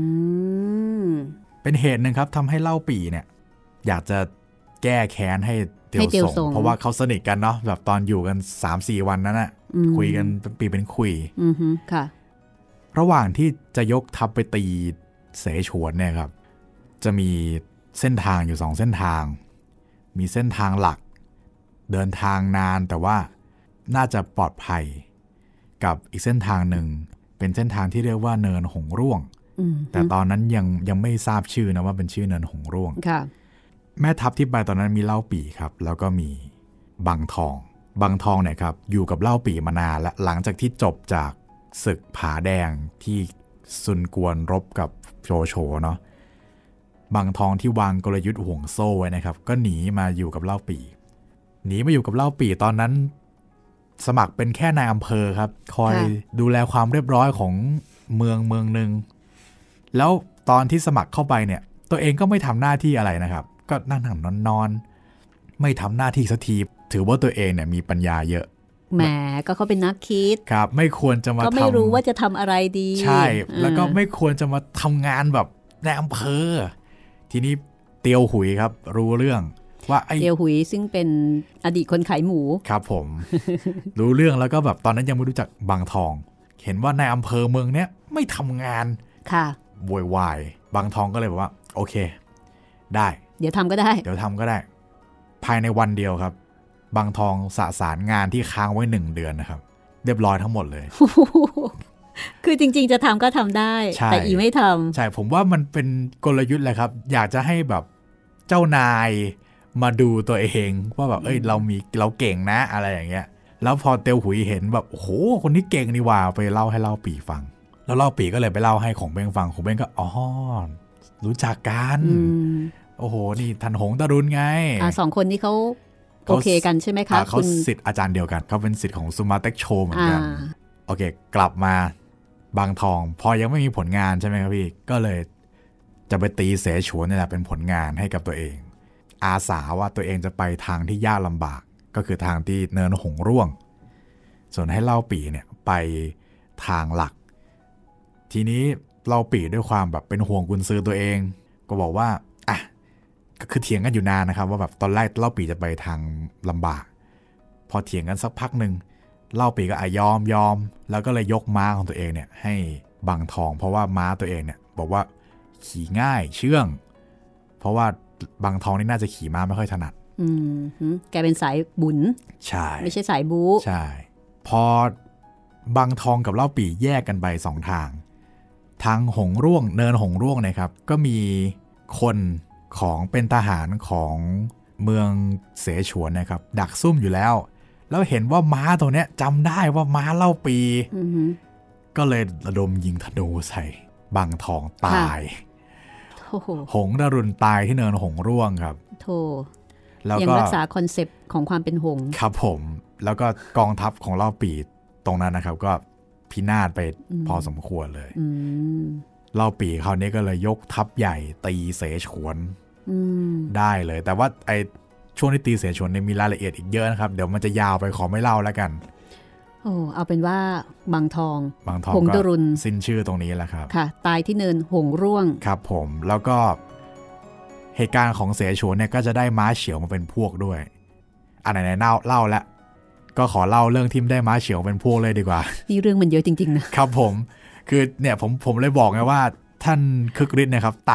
เป็นเหตุหนึ่งครับทำให้เล่าปี่เนี่ยอยากจะแก้แค้นให้เตียวสงเพราะว่าเขาสนิทกันเนาะแบบตอนอยู่กัน สามสี่ วันนั้นน่ะคุยกันเป็นปีเป็นคุยค่ะระหว่างที่จะยกทัพไปตีเสฉวนเนี่ยครับจะมีเส้นทางอยู่สองเส้นทางมีเส้นทางหลักเดินทางนานแต่ว่าน่าจะปลอดภัยกับอีกเส้นทางหนึ่งเป็นเส้นทางที่เรียกว่าเนินหงร่วงแต่ตอนนั้นยังยังไม่ทราบชื่อนะว่าเป็นชื่อเนินหงร่วงแม่ทัพที่ไปตอนนั้นมีเล่าปี่ครับแล้วก็มีบังทองบังทองเนี่ยครับอยู่กับเล่าปี่มานานและหลังจากที่จบจากศึกผาแดงที่ซุนกวนรบกับโจโฉเนาะบังทองที่วางกลยุทธ์ห่วงโซ่ไว้นะครับก็หนีมาอยู่กับเล่าปี่หนีมาอยู่กับเล่าปี่ตอนนั้นสมัครเป็นแค่นายอำเภอครับคอยดูแลความเรียบร้อยของเมืองเมืองนึงแล้วตอนที่สมัครเข้าไปเนี่ยตัวเองก็ไม่ทำหน้าที่อะไรนะครับก็นั่งนั่งนอนนอนไม่ทำหน้าที่สักทีถือว่าตัวเองเนี่ยมีปัญญาเยอะแหมก็เขาเป็นนักคิดครับไม่ควรจะมาก็ไม่รู้ว่าจะทำอะไรดีใช่แล้วก็ไม่ควรจะมาทำงานแบบในอำเภอทีนี้เตียวหุยครับรู้เรื่องว่าไอ้เตียวหุยซึ่งเป็นอดีตคนขายหมูครับผม รู้เรื่องแล้วก็แบบตอนนั้นยังไม่รู้จักบางทองเห็นว่าในอำเภอเมืองเนี้ยไม่ทำงานค่ะโวยวายบางทองก็เลยบอกว่าโอเคได้เดี๋ยวทำก็ได้เดี๋ยวทำก็ได้ภายในวันเดียวครับบางทองสสารงานที่ค้างไว้หนึ่งเดือนนะครับเรียบร้อยทั้งหมดเลยคือจริงๆจะทำก็ทำได้แต่อีไม่ทำใช่ผมว่ามันเป็นกลยุทธ์แหละครับอยากจะให้แบบเจ้านายมาดูตัวเองว่าแบบเอ้ยเรามีเราเก่งนะอะไรอย่างเงี้ยแล้วพอเตียวหุยเห็นแบบโอ้โหคนนี้เก่งนี่ว่าไปเล่าให้เล่าปี่ฟังแล้วเล่าปี่ก็เลยไปเล่าให้ของเบ้งฟังของเบ้งก็อ๋อรู้จักกันโอ้โหนี่ทันหงตะรุนไงอ่าสองคนนี้เขาโอเคกันใช่ไหมคะเขาศิษย์อาจารย์เดียวกันเขาเป็นศิษย์ของซูมาเต็กโชเหมือนกันโอเคกลับมาบางทองพอยังไม่มีผลงานใช่ไหมครับพี่ก็เลยจะไปตีเสฉวนนี่แหละเป็นผลงานให้กับตัวเองอาสาว่าตัวเองจะไปทางที่ยากลำบากก็คือทางที่เนินหงร่วงส่วนให้เล่าปี่เนี่ยไปทางหลักทีนี้เล่าปี่ด้วยความแบบเป็นห่วงกุนซือตัวเองก็บอกว่าอ่ะก็คือเถียงกันอยู่นานนะครับว่าแบบตอนแรกเล่าปี่จะไปทางลำบากพอเถียงกันสักพักหนึ่งเล่าปี่ก็อ่ะยอมยอมแล้วก็เลยยกม้าของตัวเองเนี่ยให้บางทองเพราะว่าม้าตัวเองเนี่ยบอกว่าขี่ง่ายเชื่องเพราะว่าบางทองนี่น่าจะขี่ม้าไม่ค่อยถนัดอืมแกเป็นสายบุญใช่ไม่ใช่สายบู๊ใช่พอบางทองกับเล่าปี่แยกกันไปสองทางทางหงร่วงเนินหงร่วงนะครับก็มีคนของเป็นทหารของเมืองเสฉวนนะครับดักซุ่มอยู่แล้วแล้วเห็นว่าม้าตัวเนี้ยจำได้ว่าม้าเล่าปี่ก็เลยระดมยิงธนูใส่บางทองตายหงดารุณตายที่เนินหงร่วงครับโธ่แล้วก็ยังรักษาคอนเซปต์ของความเป็นหงครับผมแล้วก็กองทัพของเล่าปี่ตรงนั้นนะครับก็พินาศไปพอสมควรเลยเล่าปี่คราวนี้ก็เลยยกทัพใหญ่ตีเสฉวนได้เลยแต่ว่าไอช่วงที่ตีเสฉวนเนี่ยมีรายละเอียดอีกเยอะนะครับเดี๋ยวมันจะยาวไปขอไม่เล่าแล้วกันโอ้เอาเป็นว่าบางทองบางทองหงดารุณสิ้นชื่อตรงนี้แหละครับค่ะตายที่เนินหงร่วงครับผมแล้วก็เหตุการณ์ของเสฉวนเนี่ยก็จะได้ม้าเฉียวมาเป็นพวกด้วยอันไหนๆเล่าเล่าแล้วก็ขอเล่าเรื่องที่ได้ม้าเฉียวเป็นพวกเลยดีกว่านี่เรื่องมันเยอะจริงๆนะครับผมคือเนี่ยผมผมเลยบอกไงว่าท่านคึกฤทธิ์นะครับตัด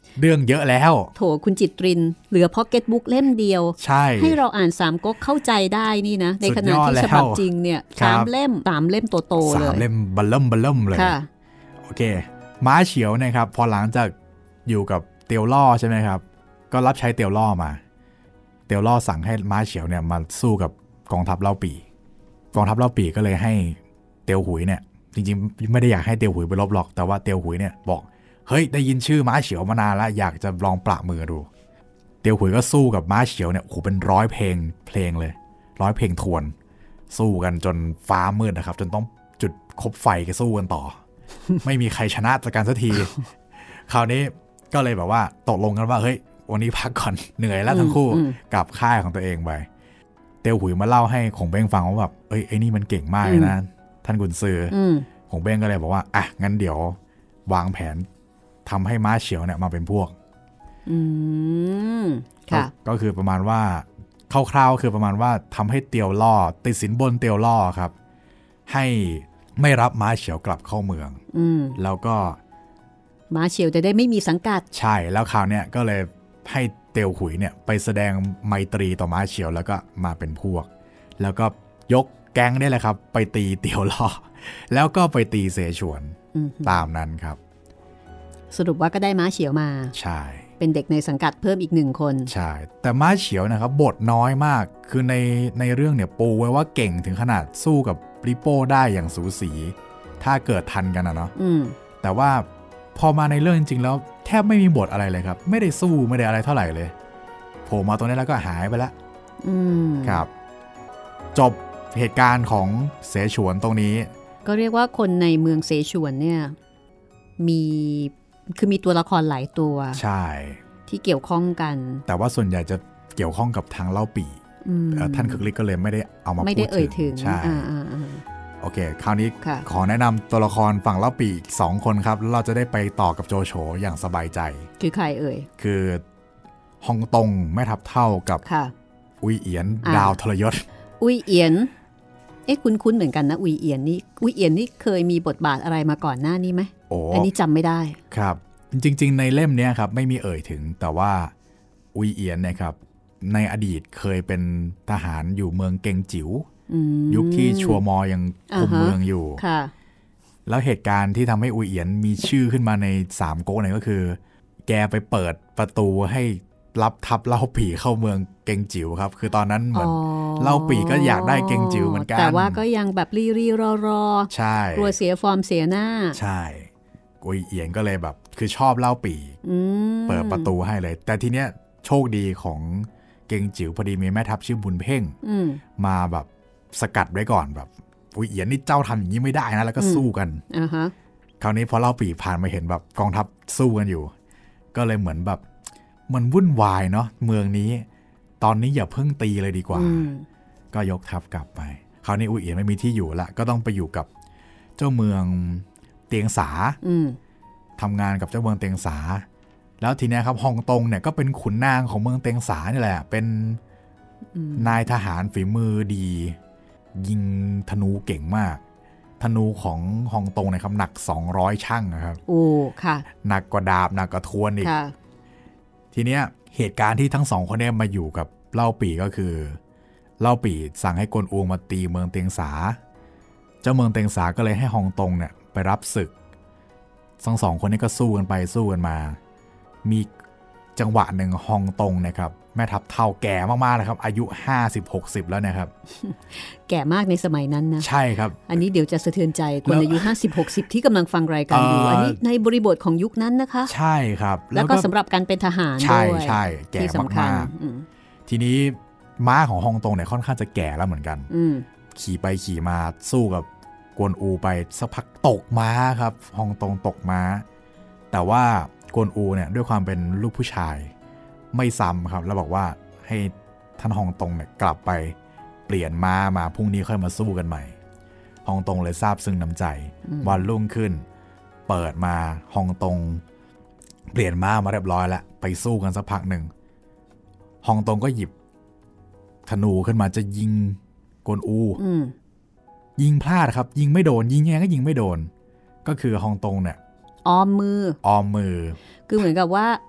เรื่องเยอะแล้วโถคุณจิตรินเหลือพ็อกเก็ตบุ๊กเล่มเดียวใช่ให้เราอ่านสามก๊กเข้าใจได้นี่นะในขณะที่ฉบับจริงเนี่ยสามเล่มสามเล่มโตๆเลยสามเล่มบัลเริ่มบัลเริ่มเลยโอเคม้าเฉียวนะครับพอหลังจากอยู่กับเตียวล่อใช่ไหมครับก็รับใช้เตียวล่อมาเตียวล่อสั่งให้ม้าเฉียวเนี่ยมาสู้กับกองทัพเล่าปี่กองทัพเล่าปี่ก็เลยให้เตียวหุยเนี่ยจริงๆไม่ได้อยากให้เตียวหุยไปรบหรอกแต่ว่าเตียวหุยเนี่ยบอกเฮ้ยได้ยินชื่อม้าเฉียวมานานแล้วอยากจะลองประมือดูเตียวหุยก็สู้กับม้าเฉียวเนี่ยโอ้โหเป็นร้อยเพลงเพลงเลยร้อยเพลงทวนสู้กันจนฟ้ามืดนะครับจนต้องจุดคบไฟกันสู้กันต่อ ไม่มีใครชนะจากกันสักที คราวนี้ก็เลยแบบว่าตกลงกันว่าเฮ้ยวันนี้พักก่อนเหนื่อยแล้วทั้งคู่กลับค่ายของตัวเองไปเตียวหุยมาเล่าให้ขงเบ้งฟังว่าแบบเอ้ยไอ้นี่มันเก่งมากเลยนะท่านกุนซือขงเบ้งก็เลยบอกว่าอ่ะงั้นเดี๋ยววางแผนทำให้ม้าเฉียวเนี่ยมาเป็นพวกอืมค่ะก็คือประมาณว่าคร่าวๆคือประมาณว่าทำให้เตียวล่อติดสินบนเตียวล่อครับให้ไม่รับม้าเฉียวกลับเข้าเมืองแล้วก็ม้าเฉียวจะได้ไม่มีสังกัดใช่แล้วคราวเนี้ยก็เลยให้เตียวหุยเนี่ยไปแสดงไมตรีต่อม้าเฉียวแล้วก็มาเป็นพวกแล้วก็ยกแก๊งนี่แหละครับไปตีเตียวล่อแล้วก็ไปตีเสฉวนตามนั้นครับสรุปว่าก็ได้ม้าเฉียวมาใช่เป็นเด็กในสังกัดเพิ่มอีกหนึ่งคนใช่แต่ม้าเฉียวนะครับบทน้อยมากคือในในเรื่องเนี่ยปูไว้ว่าเก่งถึงขนาดสู้กับริโป้ได้อย่างสูสีถ้าเกิดทันกันนะเนาะแต่ว่าพอมาในเรื่องจริงๆแล้วแทบไม่มีบทอะไรเลยครับไม่ได้สู้ไม่ได้อะไรเท่าไหร่เลยโผล่มาตรงนี้แล้วก็หายไปแล้วครับจบเหตุการณ์ของเสฉวนตรงนี้ก็เรียกว่าคนในเมืองเสฉวนเนี่ยมีคือมีตัวละครหลายตัวใช่ที่เกี่ยวข้องกันแต่ว่าส่วนใหญ่จะเกี่ยวข้องกับทางเล่าปี่ท่านคึกฤทธิ์ก็เลยไม่ได้เอามาพูดถึงไม่ได้เอ่ยถึงใช่โอเคคราวนี้ขอแนะนำตัวละครฝั่งเล่าปี่อีกสองคนครับแล้วเราจะได้ไปต่อกับโจโฉอย่างสบายใจคือใครเอ่ยคือฮองตงแม่ทัพเท่ากับอุยเอียนดาวทรยศอุยเอียนเอ๊ะคุ้นๆเหมือนกันนะอุยเอียนนี่อุยเอียนนี่เคยมีบทบาทอะไรมาก่อนหน้านี้ไหมโอ้อันนี้จำไม่ได้ครับจริงๆในเล่มนี้ครับไม่มีเอ่ยถึงแต่ว่าอุยเอียนนะครับในอดีตเคยเป็นทหารอยู่เมืองเกงจิ๋วยุคที่ชัวมอยังคุมเมืองอยู่แล้วเหตุการณ์ที่ทำให้อุยเอียนมีชื่อขึ้นมาในสามก๊กเนี่ยก็คือแกไปเปิดประตูให้รับทัพเล่าปี่เข้าเมืองเกงจิ๋วครับคือตอนนั้นเหมือนเล่าปี่ก็อยากได้เกงจิ๋วเหมือนกันแต่ว่าก็ยังแบบรีรีรอรอใช่กลัวเสียฟอร์มเสียหน้าใช่อุยเอียนก็เลยแบบคือชอบเล่าปี่เปิดประตูให้เลยแต่ทีเนี้ยโชคดีของเกงจิ๋วพอดีมีแม่ทัพชื่อบุญเพ่งมาแบบสกัดไว้ก่อนแบบอุยเอียนนี่เจ้าทำอย่างนี้ไม่ได้นะแล้วก็สู้กันคราวนี้พอเล่าปี่ผ่านมาเห็นแบบกองทัพสู้กันอยู่ก็เลยเหมือนแบบมันวุ่นวายเนาะเมืองนี้ตอนนี้อย่าเพิ่งตีเลยดีกว่าก็ยกทัพกลับไปคราวนี้อุยเอียนไม่มีที่อยู่ละก็ต้องไปอยู่กับเจ้าเมืองเตียงสาทำงานกับเจ้าเมืองเตียงสาแล้วทีนี้ครับฮองตงเนี่ยก็เป็นขุนนางของเมืองเตียงสานี่แหละเป็นนายทหารฝีมือดียิงธนูเก่งมากธนูของฮองตงเนี่ยครับหนักสองร้อยชั่งนะครับโอ้ค่ะหนักกว่าดาบหนักกว่าทวนอีกทีเนี้ยเหตุการณ์ที่ทั้งสองคนเนี่ยมาอยู่กับเล่าปี่ก็คือเล่าปี่สั่งให้กวนอูมาตีเมืองเตียงสาเจ้าเมืองเตียงสาก็เลยให้ฮองตงเนี่ยไปรับศึกทั้งสองคนนี้ก็สู้กันไปสู้กันมามีจังหวะหนึ่งฮองตงนะครับแม่ทัพเท่าแก่มากๆนะครับอายุห้าสิบ หกสิบแล้วนะครับแก่มากในสมัยนั้นนะใช่ครับอันนี้เดี๋ยวจะสะเทือนใจคนอายุห้าสิบ หกสิบที่กำลังฟังรายการอยู่อันนี้ในบริบทของยุคนั้นนะคะใช่ครับแล้วก็สำหรับการเป็นทหารด้วยใช่ๆแก่มากๆทีนี้ม้าของฮองตงเนี่ยค่อนข้างจะแก่แล้วเหมือนกันขี่ไปขี่มาสู้กับกวนอูไปสักพักตกม้าครับฮองตงตกม้าแต่ว่ากวนอูเนี่ยด้วยความเป็นลูกผู้ชายไม่ซ้ำครับแล้วบอกว่าให้ท่านฮองตงเนี่ยกลับไปเปลี่ยนม้ามาพรุ่งนี้ค่อยมาสู้กันใหม่ฮองตงเลยซาบซึ้งน้ำใจวันรุ่งขึ้นเปิดมาฮองตงเปลี่ยนม้ามาเรียบร้อยแล้วไปสู้กันสักพักหนึ่งฮองตงก็หยิบธนูขึ้นมาจะยิงกวนอูยิงพลาดครับยิงไม่โดนยิงยังไงก็ยิงไม่โดนก็คือฮองตงเนี่ยออมมือออมมือคือเหมือนกับว่า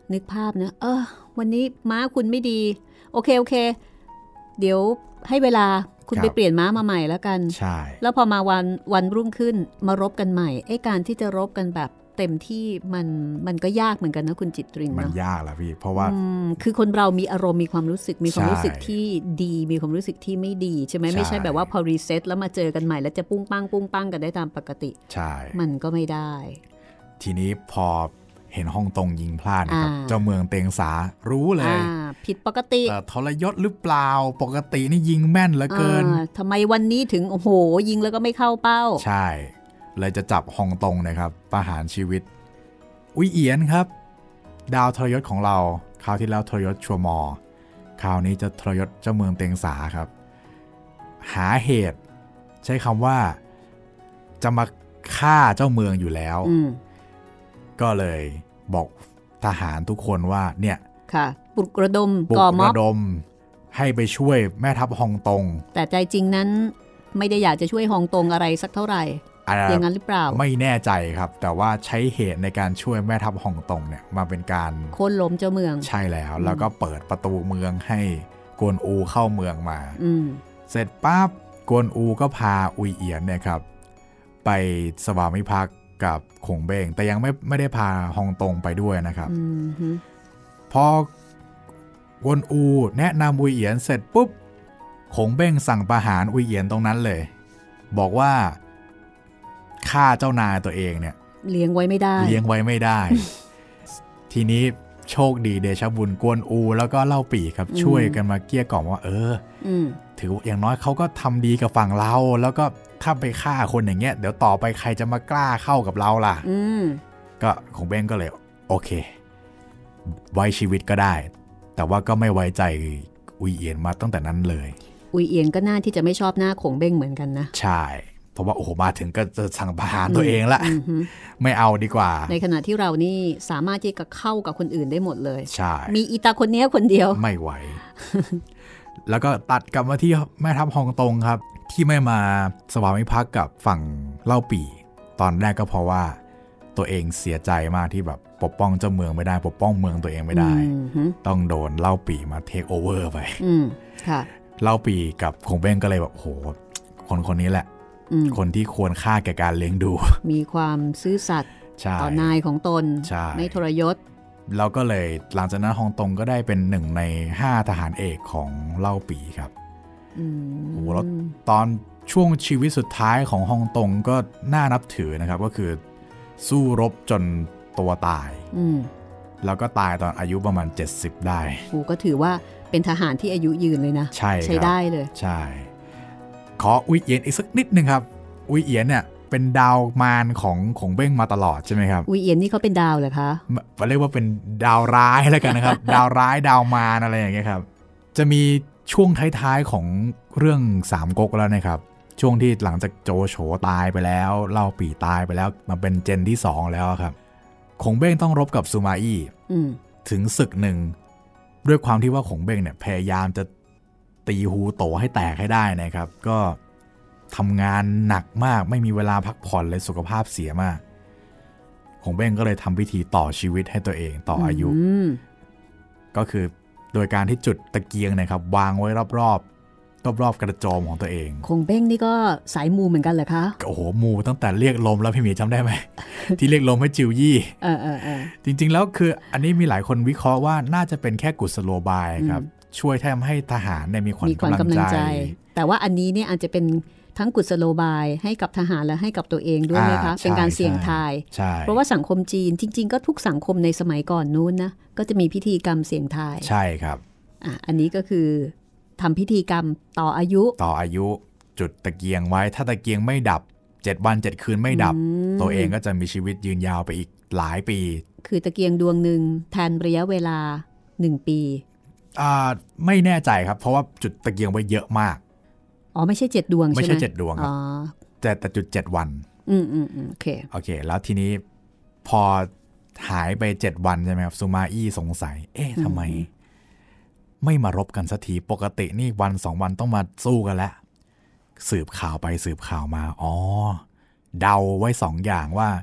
นึกภาพนะเออวันนี้ม้าคุณไม่ดีโอเคโอเคเดี๋ยวให้เวลาคุณไปเปลี่ยนม้ามาใหม่แล้วกันใช่แล้วพอมาวันวันรุ่งขึ้นมารบกันใหม่ไอ้การที่จะรบกันแบบเต็มที่มันมันก็ยากเหมือนกันนะคุณจิตรินมันยากแหละพี่เพราะว่าคือคนเรามีอารมณ์มีความรู้สึกมีความรู้สึกที่ดีมีความรู้สึกที่ไม่ดีใช่ไหมไม่ใช่แบบว่าพอรีเซ็ตแล้วมาเจอกันใหม่แล้วจะปุ้งปังปุ้งปังกันได้ตามปกติใช่มันก็ไม่ได้ทีนี้พอเห็นฮ่องตงยิงพลาดนะครับเจ้าเมืองเตียงสารู้เลยผิดปกติทรยศหรือเปล่าปกตินี่ยิงแม่นเหลือเกินทำไมวันนี้ถึงโอ้โหยิงแล้วก็ไม่เข้าเป้าใช่เลยจะจับฮ่องตงนะครับประหารชีวิตอุยเอียนครับดาวทรยศของเราคราวที่แล้วทรยศชัวมอคราวนี้จะทรยศเจ้าเมืองเตียงสาครับหาเหตุใช้คำว่าจะมาฆ่าเจ้าเมืองอยู่แล้วก็เลยบอกทหารทุกคนว่าเนี่ยค่ะปลุกระดมก่อม็อบปลุกระดมให้ไปช่วยแม่ทัพฮ่องตงแต่ใจจริงนั้นไม่ได้อยากจะช่วยฮ่องตงอะไรสักเท่าไหร่อย่างนั้นหรือเปล่าไม่แน่ใจครับแต่ว่าใช้เหตุในการช่วยแม่ทัพฮ่องตงเนี่ยมาเป็นการโค่นล้มเจ้าเมืองใช่แล้วแล้วก็เปิดประตูเมืองให้กวนอูเข้าเมืองมาเสร็จปั๊บกวนอูก็พาอุยเอียนเนี่ยครับไปสวามิภักดิ์กับขงเบ้งแต่ยังไม่ไม่ได้พาฮ่องตงไปด้วยนะครับพอกวนอูแนะนำอุยเอียนเสร็จปุ๊บขงเบ้งสั่งประหารอุยเอียนตรงนั้นเลยบอกว่าฆ่าเจ้านายตัวเองเนี่ยเลี้ยงไว้ไม่ได้เลี้ยงไว้ไม่ได้ ทีนี้โชคดีเดชบุญกวนอูแล้วก็เล่าปี่ครับช่วยกันมาเกลี้ยกล่อมว่าเออถืออย่างน้อยเขาก็ทำดีกับฝั่งเราแล้วก็ถ้าไปฆ่าคนอย่างเงี้ยเดี๋ยวต่อไปใครจะมากล้าเข้ากับเราล่ะก็ของเบ้งก็เลยโอเคไว้ชีวิตก็ได้แต่ว่าก็ไม่ไว้ใจอุยเอียนมาตั้งแต่นั้นเลยอุยเอียนก็น่าที่จะไม่ชอบหน้าขงเบ้งเหมือนกันนะใช่เพราะว่าโอ้โหมาถึงก็จะสั่งประหารตัวเองละไม่เอาดีกว่าในขณะที่เรานี่สามารถที่จะเข้ากับคนอื่นได้หมดเลยใช่มีอีตาคนนี้คนเดียวไม่ไหว แล้วก็ตัดกลับมาที่แม่ทัพฮ่องตงครับที่ไม่มาสวามิภักดิ์กับฝั่งเล่าปี่ตอนแรกก็เพราะว่าตัวเองเสียใจมากที่แบบปกป้องเจ้าเมืองไม่ได้ปกป้องเมืองตัวเองไม่ได้ต้องโดนเล่าปี่มาเทคโอเวอร์ไปเล่าปี่กับคงเบ้งก็เลยแบบโหคนคนนี้แหละคนที่ควรค่าแก่การเลี้ยงดูมีความซื่อสัตย์ต่อนายของตนไม่ทรยศแล้วก็เลยหลังจากนั้นฮ่องตงก็ได้เป็นหนึ่งในห้าทหารเอกของเล่าปี่ครับโอ้โหแล้วตอนช่วงชีวิตสุดท้ายของฮ่องตงก็น่านับถือนะครับก็คือสู้รบจนตัวตายแล้วก็ตายตอนอายุประมาณเจ็ดสิบได้โอ้ก็ถือว่าเป็นทหารที่อายุยืนเลยนะใช่ใช้ได้เลยใช่ขออุยเอียนอีกสักนิดนึงครับอุยเอียนเนี่ยเป็นดาวมารของของเบ้งมาตลอดใช่ไหมครับอุยเอียนนี่เขาเป็นดาวเหรอคะเรียกว่าเป็นดาวร้ายแล้วกันนะครับ ดาวร้ายดาวมารอะไรอย่างเงี้ยครับจะมีช่วงท้ายๆของเรื่องสามก๊กแล้วนะครับช่วงที่หลังจากโจโฉตายไปแล้วเล่าปี่ตายไปแล้วมาเป็นเจนที่สองแล้วครับขงเบ้งต้องรบกับซูมาอี้ถึงศึกหนึ่งด้วยความที่ว่าขงเบ้งเนี่ยพยายามจะตีฮูโตให้แตกให้ได้นะครับก็ทำงานหนักมากไม่มีเวลาพักผ่อนเลยสุขภาพเสียมากขงเบ้งก็เลยทำพิธีต่อชีวิตให้ตัวเองต่ออายุก็คือโดยการที่จุดตะเกียงนะครับวางไว้รอบๆรอบๆกระโจมของตัวเองขงเบ้งนี่ก็สายมูเหมือนกันเหรอคะโอ้โหมูตั้งแต่เรียกลมแล้วพี่หมีจำได้ไหม ที่เรียกลมให้จิวยี่เออเออเออจริงๆแล้วคืออันนี้มีหลายคนวิเคราะห์ว่าน่าจะเป็นแค่กุศโลบายครับช่วยทำให้ทหารเนี่ยมีขวัญกำลังใจแต่ว่าอันนี้เนี่ยอาจจะเป็นทั้งกุศโลบายให้กับทหารและให้กับตัวเองด้วยนะคะเป็นการเสี่ยงทายเพราะว่าสังคมจีนจริงๆก็ทุกสังคมในสมัยก่อนนู้นนะก็จะมีพิธีกรรมเสี่ยงทายใช่ครับอ่ะอันนี้ก็คือทำพิธีกรรมต่ออายุต่ออายุจุดตะเกียงไว้ถ้าตะเกียงไม่ดับเจ็ดวันเจ็ดคืนไม่ดับตัวเองก็จะมีชีวิตยืนยาวไปอีกหลายปีคือตะเกียงดวงหนึ่งแทนระยะเวลาหนึ่งปีอ่าไม่แน่ใจครับเพราะว่าจุดตะเกียงไว้เยอะมากอ๋อไม่ใช่เจ็ดดวงใช่ไหมไม่ใช่เจ็ดดวงครับแต่แต่จุดเจ็ดวันอืมอืมอืมโอเคโอเคแล้วทีนี้พอหายไปเจ็ดวันใช่ไหมครับซูมาอี้สงสัยเอ๊ะทำไมไม่มารบกันสักทีปกตินี่วันสองวันต้องมาสู้กันแล้วสืบข่าวไปสืบข่าวมาอ๋อเดาไว้สองอย่างว่า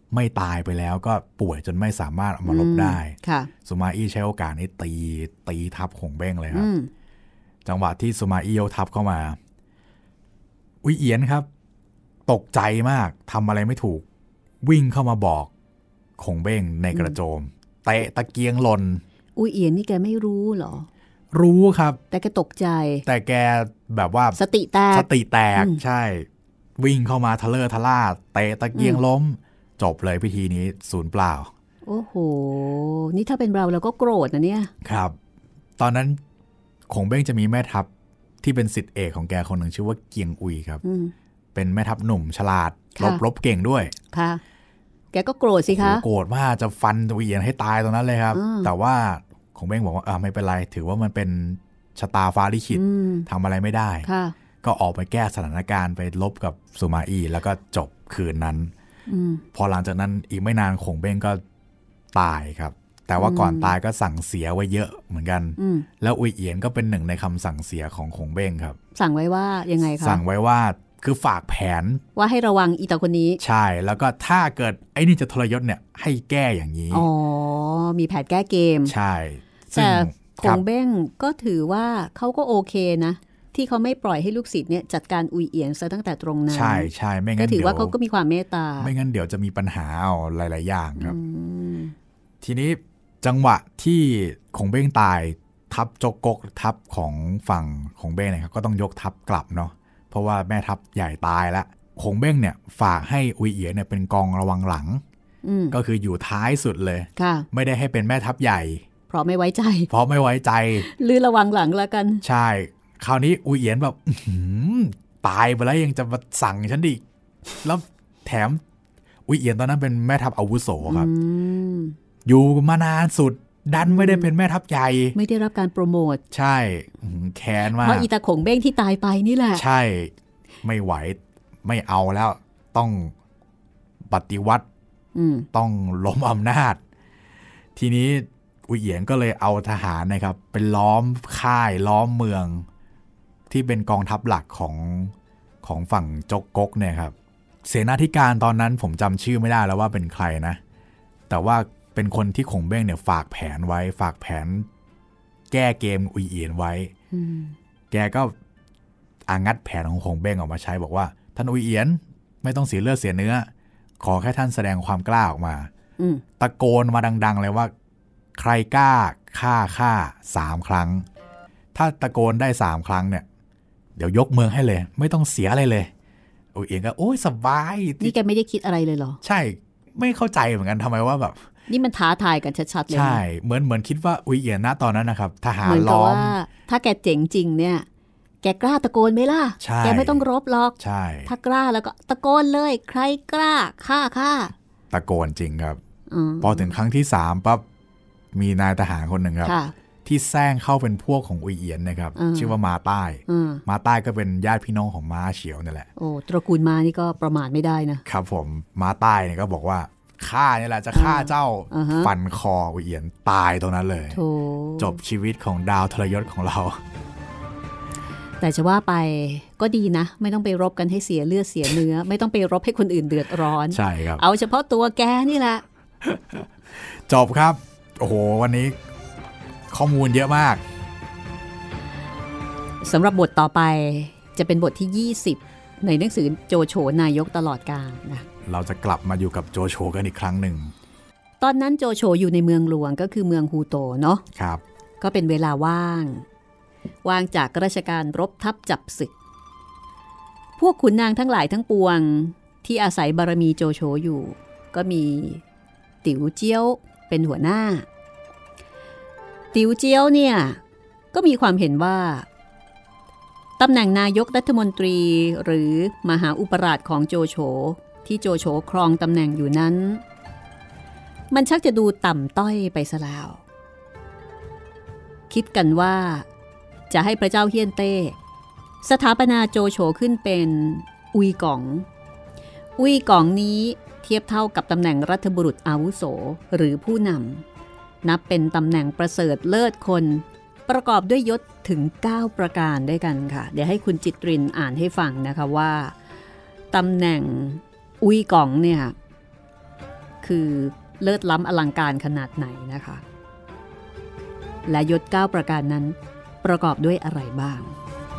ไม่ตายไปแล้วก็ป่วยจนไม่สามารถเอามาลบได้ซูมาอี้ใช้โอกาสนี้ตีตีทับคงเบ้งเลยครับจังหวะที่ซูมาอี้ยกทัพเข้ามาอุยเอียนครับตกใจมากทำอะไรไม่ถูกวิ่งเข้ามาบอกคงเบ้งในกระโจมเตะตะเกียงหล่นอุยเอียนนี่แกไม่รู้เหรอรู้ครับแต่แกตกใจแต่แกแบบว่าสติแตกสติแตกใช่วิ่งเข้ามาทะเลอร์ทะล่าเตะตะเกียงล้มจบเลยพิธีนี้ศูนย์เปล่าโอ้โหนี่ถ้าเป็นเราเราก็โกรธนะเนี่ยครับตอนนั้นคงเบ้งจะมีแม่ทัพที่เป็นศิษย์เอกของแกคนหนึ่งชื่อว่าเกียงอุยครับเป็นแม่ทัพหนุ่มฉลาดรบรบเก่งด้วยค่ะแกก็โกรธสิคะโกรธมากจะฟันอุยเอียนให้ตายตรงนั้นเลยครับแต่ว่าคงเบ้งบอกว่าอ่าไม่เป็นไรถือว่ามันเป็นชะตาฟ้าลิขิตทำอะไรไม่ได้ก็ออกไปแก้สถานการณ์ไปลบกับซูมาอี้แล้วก็จบคืนนั้นพอหลังจากนั้นอีกไม่นานคงเบ้งก็ตายครับแต่ว่าก่อนตายก็สั่งเสียไว้เยอะเหมือนกันแล้วอุยเอียนก็เป็นหนึ่งในคำสั่งเสียของคงเบ้งครับสั่งไว้ว่ายังไงคะสั่งไว้ว่าคือฝากแผนว่าให้ระวังอีตาคนนี้ใช่แล้วก็ถ้าเกิดไอ้นี่จะทรยศเนี่ยให้แก้อย่างนี้อ๋อมีแผนแก้เกมใช่แต่คงเบ้งก็ถือว่าเขาก็โอเคนะที่เขาไม่ปล่อยให้ลูกศิษย์เนี่ยจัดการอุยเอียนซะตั้งแต่ตรงนั้นใช่ใช่ไม่งั้นก็ถือว่าเขาก็มีความเมตตาไม่งั้นเดี๋ยวจะมีปัญหาเอาหลายๆอย่างครับทีนี้จังหวะที่คงเบ้งตายทัพจกกกทัพของฝั่งคงเบ้งนะครับก็ต้องยกทัพกลับเนาะเพราะว่าแม่ทัพใหญ่ตายแล้วคงเบ้งเนี่ยฝากให้อุยเอียนเนี่ยเป็นกองระวังหลังก็คืออยู่ท้ายสุดเลยไม่ได้ให้เป็นแม่ทัพใหญ่เพราะไม่ไว้ใจเพราะไม่ไว้ใจลือระวังหลังแล้วกันใช่คราวนี้อุยเอียนแบบตายไปแล้วยังจะมาสั่งฉันดิแล้วแถมอุยเอียนตอนนั้นเป็นแม่ทัพอาวุโสครับอยู่มานานสุดดันไม่ได้เป็นแม่ทัพใหญ่ไม่ได้รับการโปรโมทใช่แค้นมากเพราะอีตาขงเบ้งที่ตายไปนี่แหละใช่ไม่ไหวไม่เอาแล้วต้องปฏิวัติต้องล้มอำนาจทีนี้อุยเอียนก็เลยเอาทหารนะครับไปล้อมค่ายล้อมเมืองที่เป็นกองทัพหลักของของฝั่งจกกกเนี่ยครับเสนาธิการตอนนั้นผมจำชื่อไม่ได้แล้วว่าเป็นใครนะแต่ว่าเป็นคนที่คงเบ้งเนี่ยฝากแผนไว้ฝากแผนแก้เกมอุยเอียนไว้แกก็อางัดแผนของคงเบ้งออกมาใช้บอกว่าท่านอุยเอียนไม่ต้องเสียเลือดเสียเนื้อขอแค่ท่านแสดงความกล้าออกมาตะโกนมาดังๆเลยว่าใครกล้าฆ่าฆ่าสามครั้งถ้าตะโกนได้สามครั้งเนี่ยเดี๋ยวยกเมืองให้เลยไม่ต้องเสียอะไรเลยอุยเอียนก็โอ้ยสบายนี่แกไม่ได้คิดอะไรเลยเหรอใช่ไม่เข้าใจเหมือนกันทำไมว่าแบบนี่มันท้าทายกันชัดๆเลยใช่เหมือนเหมือนคิดว่าอุยเอียนณตอนนั้นนะครับทหารล้อมถ้าแกเจ๋งจริงเนี่ยแกกล้าตะโกนไหมล่ะแกไม่ต้องรบหรอกใช่ถ้ากล้าแล้วก็ตะโกนเลยใครกล้าฆ่าฆ่าตะโกนจริงครับพอถึงครั้งที่สามปั๊บมีนายทหารคนหนึ่งครับที่แซงเข้าเป็นพวกของอุยเอียนนะครับชื่อว่ามาใต้มาใต้ก็เป็นญาติพี่น้องของม้าเฉียวนั่นแหละโอ้ตระกูลม้านี่ก็ประมาทไม่ได้นะครับผมมาใต้เนี่ยก็บอกว่าฆ่านี่แหละจะฆ่าเจ้าฟันคออุยเอียนตายตรงนั้นเลยจบชีวิตของดาวทรยศของเราแต่จะว่าไปก็ดีนะไม่ต้องไปรบกันให้เสียเลือดเสียเนื้อไม่ต้องไปรบให้คนอื่นเดือดร้อนใช่ครับเอาเฉพาะตัวแกนี่แหละจบครับโอ้โหวันนี้ข้อมูลเยอะมากสำหรับบทต่อไปจะเป็นบทที่ยี่สิบในหนังสือโจโฉนายกตลอดกาลนะเราจะกลับมาอยู่กับโจโฉกันอีกครั้งหนึ่งตอนนั้นโจโฉอยู่ในเมืองหลวงก็คือเมืองฮูโตเนาะครับก็เป็นเวลาว่างว่างจากราชการรบทัพจับศึกพวกขุนนางทั้งหลายทั้งปวงที่อาศัยบารมีโจโฉอยู่ก็มีติ๋วเจี้ยวเป็นหัวหน้าติ๋วเจี้ยวเนี่ยก็มีความเห็นว่าตำแหน่งนายกรัฐมนตรีหรือมหาอุปราชของโจโฉที่โจโฉครองตำแหน่งอยู่นั้นมันชักจะดูต่ำต้อยไปซะแล้วคิดกันว่าจะให้พระเจ้าเฮียนเต้สถาปนาโจโฉขึ้นเป็นอุยก๋องอุยก๋องนี้เทียบเท่ากับตำแหน่งรัฐบุรุษอาวุโสหรือผู้นำนับเป็นตำแหน่งประเสริฐเลิศคนประกอบด้วยยศถึงเก้าประการด้วยกันค่ะเดี๋ยวให้คุณจิตรินอ่านให้ฟังนะคะว่าตำแหน่งอุยก๋องเนี่ยคือเลิศล้ำอลังการขนาดไหนนะคะและยศเก้าประการนั้นประกอบด้วยอะไรบ้าง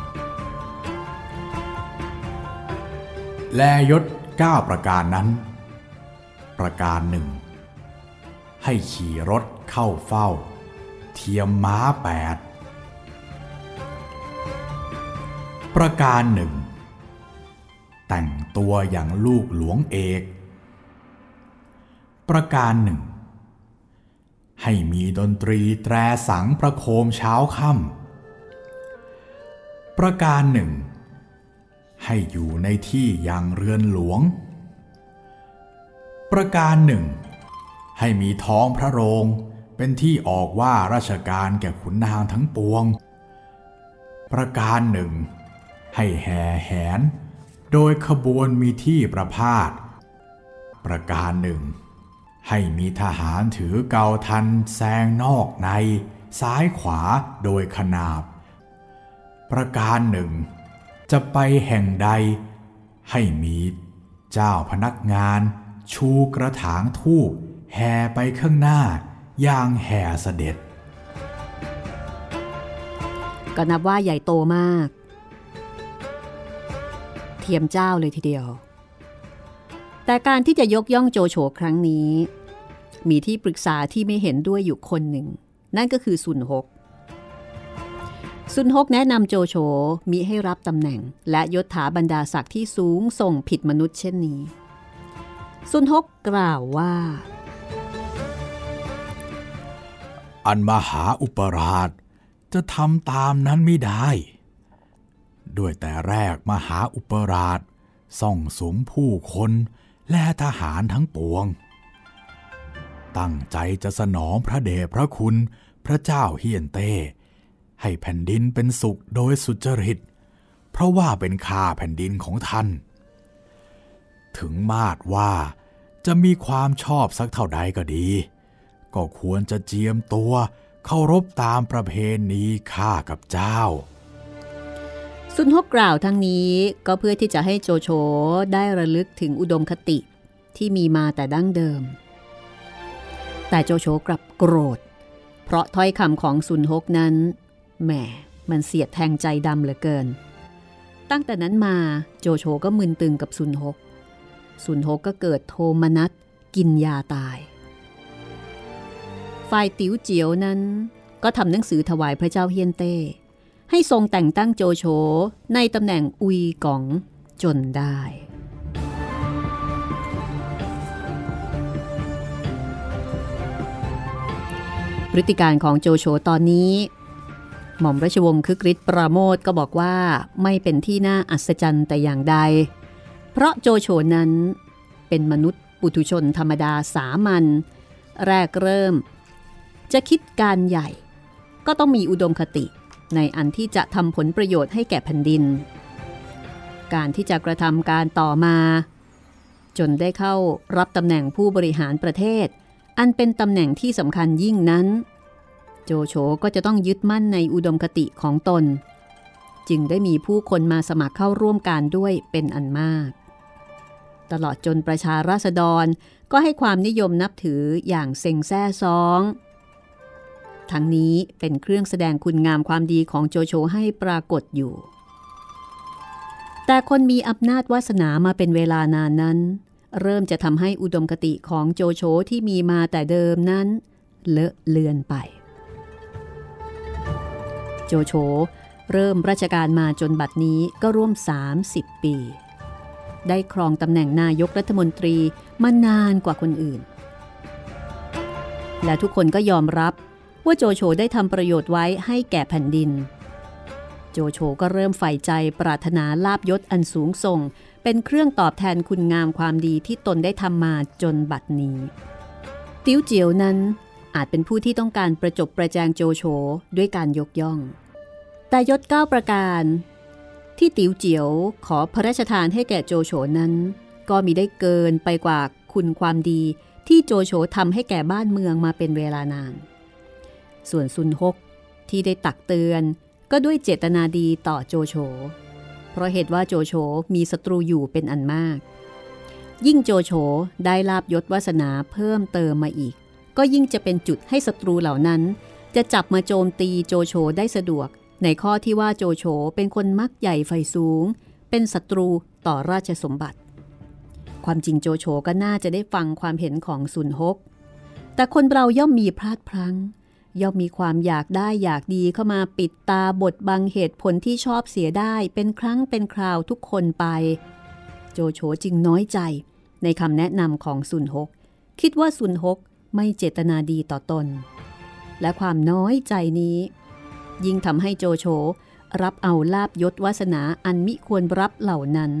และยศเก้าประการนั้นประการหนึ่งให้ขี่รถเข้าเฝ้าเทียมม้าแปดประการหนึ่งแต่งตัวอย่างลูกหลวงเอกประการหนึ่งให้มีดนตรีแตรสังประโคมเช้าค่ำประการหนึ่งให้อยู่ในที่อย่างเรือนหลวงประการหนึ่งให้มีท้องพระโรงเป็นที่ออกว่าราชการแก่ขุนนางทั้งปวงประการหนึ่งให้แห่แหนโดยขบวนมีที่ประพาสประการหนึ่งให้มีทหารถือเกาทันแซงนอกในซ้ายขวาโดยขนาบประการหนึ่งจะไปแห่งใดให้มีเจ้าพนักงานชูกระถางธูปแห่ไปข้างหน้าอย่างแห่เสด็จก็นับว่าใหญ่โตมากเทียมเจ้าเลยทีเดียวแต่การที่จะยกย่องโจโฉครั้งนี้มีที่ปรึกษาที่ไม่เห็นด้วยอยู่คนหนึ่งนั่นก็คือซุนฮกซุนฮกแนะนำโจโฉมิให้รับตำแหน่งและยศถาบรรดาศักดิ์ที่สูงส่งผิดมนุษย์เช่นนี้ซุนฮกกล่าวว่าอันมหาอุปราชจะทำตามนั้นไม่ได้ด้วยแต่แรกมหาอุปราชส่องสุมผู้คนและทหารทั้งปวงตั้งใจจะสนองพระเดชพระคุณพระเจ้าเฮียนเต้ให้แผ่นดินเป็นสุขโดยสุจริตเพราะว่าเป็นข้าแผ่นดินของท่านถึงมาดว่าจะมีความชอบสักเท่าใดก็ดีก็ควรจะเจียมตัวเคารพตามประเพณีข้ากับเจ้าซุนฮกกล่าวทั้งนี้ก็เพื่อที่จะให้โจโฉได้ระลึกถึงอุดมคติที่มีมาแต่ดั้งเดิมแต่โจโฉกลับโกรธเพราะถ้อยคำของซุนฮกนั้นแหมมันเสียดแทงใจดำเหลือเกินตั้งแต่นั้นมาโจโฉก็มึนตึงกับซุนฮกซุนฮกก็เกิดโทมนัสกินยาตายฝ่ายติ๋วเจียวนั้นก็ทำหนังสือถวายพระเจ้าเฮียนเต้ให้ทรงแต่งตั้งโจโฉในตำแหน่งอุยกองจนได้พฤติการของโจโฉตอนนี้หม่อมราชวงศ์คึกฤทธิ์ปราโมทก็บอกว่าไม่เป็นที่น่าอัศจรรย์แต่อย่างใดเพราะโจโฉนั้นเป็นมนุษย์ปุถุชนธรรมดาสามัญแรกเริ่มจะคิดการใหญ่ก็ต้องมีอุดมคติในอันที่จะทำผลประโยชน์ให้แก่แผ่นดินการที่จะกระทำการต่อมาจนได้เข้ารับตำแหน่งผู้บริหารประเทศอันเป็นตำแหน่งที่สำคัญยิ่งนั้นโจโฉก็จะต้องยึดมั่นในอุดมคติของตนจึงได้มีผู้คนมาสมัครเข้าร่วมการด้วยเป็นอันมากตลอดจนประชาราษฎรก็ให้ความนิยมนับถืออย่างเซ็งแซ่ซ้องทั้งนี้เป็นเครื่องแสดงคุณงามความดีของโจโฉให้ปรากฏอยู่แต่คนมีอำนาจวาสนามาเป็นเวลานานนั้นเริ่มจะทำให้อุดมคติของโจโฉที่มีมาแต่เดิมนั้นเลอะเลือนไปโจโฉเริ่มราชการมาจนบัดนี้ก็ร่วมสามสิบปีได้ครองตำแหน่งนายกรัฐมนตรีมานานกว่าคนอื่นและทุกคนก็ยอมรับว่าโจโฉได้ทำประโยชน์ไว้ให้แก่แผ่นดินโจโฉก็เริ่มใฝ่ใจปรารถนาลาภยศอันสูงส่งเป็นเครื่องตอบแทนคุณงามความดีที่ตนได้ทำมาจนบัดนี้ติ๋วเจียวนั้นอาจเป็นผู้ที่ต้องการประจบประแจงโจโฉด้วยการยกย่องแต่ยศเก้าประการที่ติ๋วเจียวขอพระราชทานให้แก่โจโฉนั้นก็มิได้เกินไปกว่าคุณความดีที่โจโฉทำให้แก่บ้านเมืองมาเป็นเวลานานส่วนซุนฮกที่ได้ตักเตือนก็ด้วยเจตนาดีต่อโจโฉเพราะเหตุว่าโจโฉมีศัตรูอยู่เป็นอันมากยิ่งโจโฉได้ลาภยศวาสนาเพิ่มเติมมาอีกก็ยิ่งจะเป็นจุดให้ศัตรูเหล่านั้นจะจับมาโจมตีโจโฉได้สะดวกในข้อที่ว่าโจโฉเป็นคนมักใหญ่ไฟสูงเป็นศัตรูต่อราชสมบัติความจริงโจโฉก็น่าจะได้ฟังความเห็นของซุนฮกแต่คนเราย่อมมีพลาดพลั้งย่อมมีความอยากได้อยากดีเข้ามาปิดตาบดบังเหตุผลที่ชอบเสียได้เป็นครั้งเป็นคราวทุกคนไปโจโฉจึงน้อยใจในคำแนะนำของซุนฮกคิดว่าซุนฮกไม่เจตนาดีต่อตนและความน้อยใจนี้ยิ่งทำให้โจโฉรับเอาลาภยศวาสนาอันมิควรรับเหล่านั้น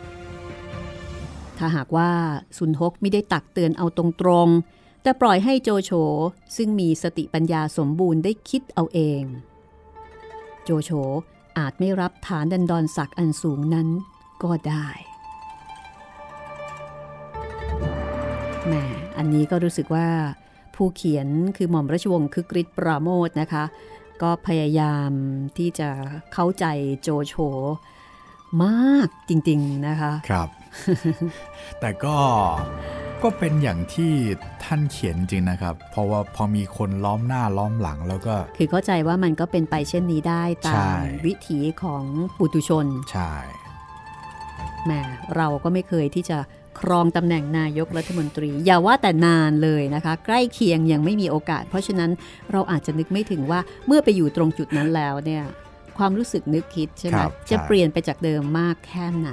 ถ้าหากว่าซุนฮกไม่ได้ตักเตือนเอาตรงๆแต่ปล่อยให้โจโฉซึ่งมีสติปัญญาสมบูรณ์ได้คิดเอาเองโจโฉอาจไม่รับฐานดันดรศักดิ์อันสูงนั้นก็ได้แหมอันนี้ก็รู้สึกว่าผู้เขียนคือหม่อมราชวงศ์คึกฤทธิ์ปราโมทนะคะก็พยายามที่จะเข้าใจโจโฉมากจริงๆนะคะครับ แต่ก็ก็เป็นอย่างที่ท่านเขียนจริงนะครับเพราะว่าพอมีคนล้อมหน้าล้อมหลังแล้วก็คือเข้าใจว่ามันก็เป็นไปเช่นนี้ได้ตามวิถีของปุถุชนใช่แหมเราก็ไม่เคยที่จะครองตำแหน่งนายกรัฐมนตรีอย่าว่าแต่นานเลยนะคะใกล้เคียงยังไม่มีโอกาสเพราะฉะนั้นเราอาจจะนึกไม่ถึงว่าเมื่อไปอยู่ตรงจุดนั้นแล้วเนี่ยความรู้สึกนึกคิดใช่ไหมจะเปลี่ยนไปจากเดิมมากแค่ไหน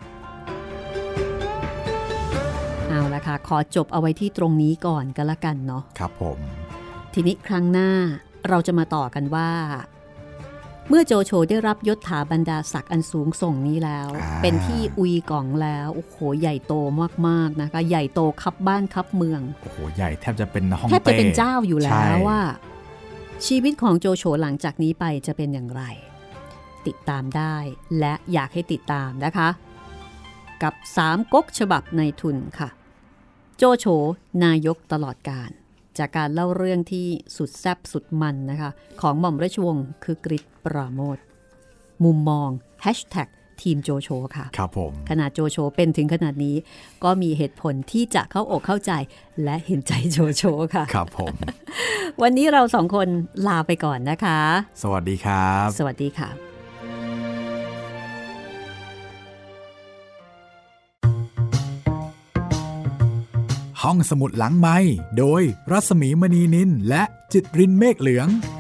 เอาละค่ะขอจบเอาไว้ที่ตรงนี้ก่อนก็แล้วกันเนาะครับผมทีนี้ครั้งหน้าเราจะมาต่อกันว่าเมื่อโจโฉได้รับยศถาบรรดาศักดิ์อันสูงส่งนี้แล้วเป็นที่อุยกองแล้วโอ้โหใหญ่โตมากๆนะคะใหญ่โตคับบ้านคับเมืองโอ้โหใหญ่แทบจะเป็นฮ่องเต้แทบจะเป็นเจ้าอยู่แล้วว่าชีวิตของโจโฉหลังจากนี้ไปจะเป็นอย่างไรติดตามได้และอยากให้ติดตามนะคะกับสามก๊กฉบับในทุนค่ะโจโฉนายกตลอดกาลจากการเล่าเรื่องที่สุดแซ่บสุดมันนะคะของหม่อมราชวงศ์คึกฤทธิ์ปราโมทมุมมองแฮชแท็กทีมโจโฉค่ะครับผมขนาดโจโฉเป็นถึงขนาดนี้ก็มีเหตุผลที่จะเข้าอกเข้าใจและเห็นใจโจโฉค่ะครับผมวันนี้เราสองคนลาไปก่อนนะคะสวัสดีครับสวัสดีค่ะห้องสมุดหลังไมค์โดยรัศมีมณีนินและจิตรินเมฆเหลือง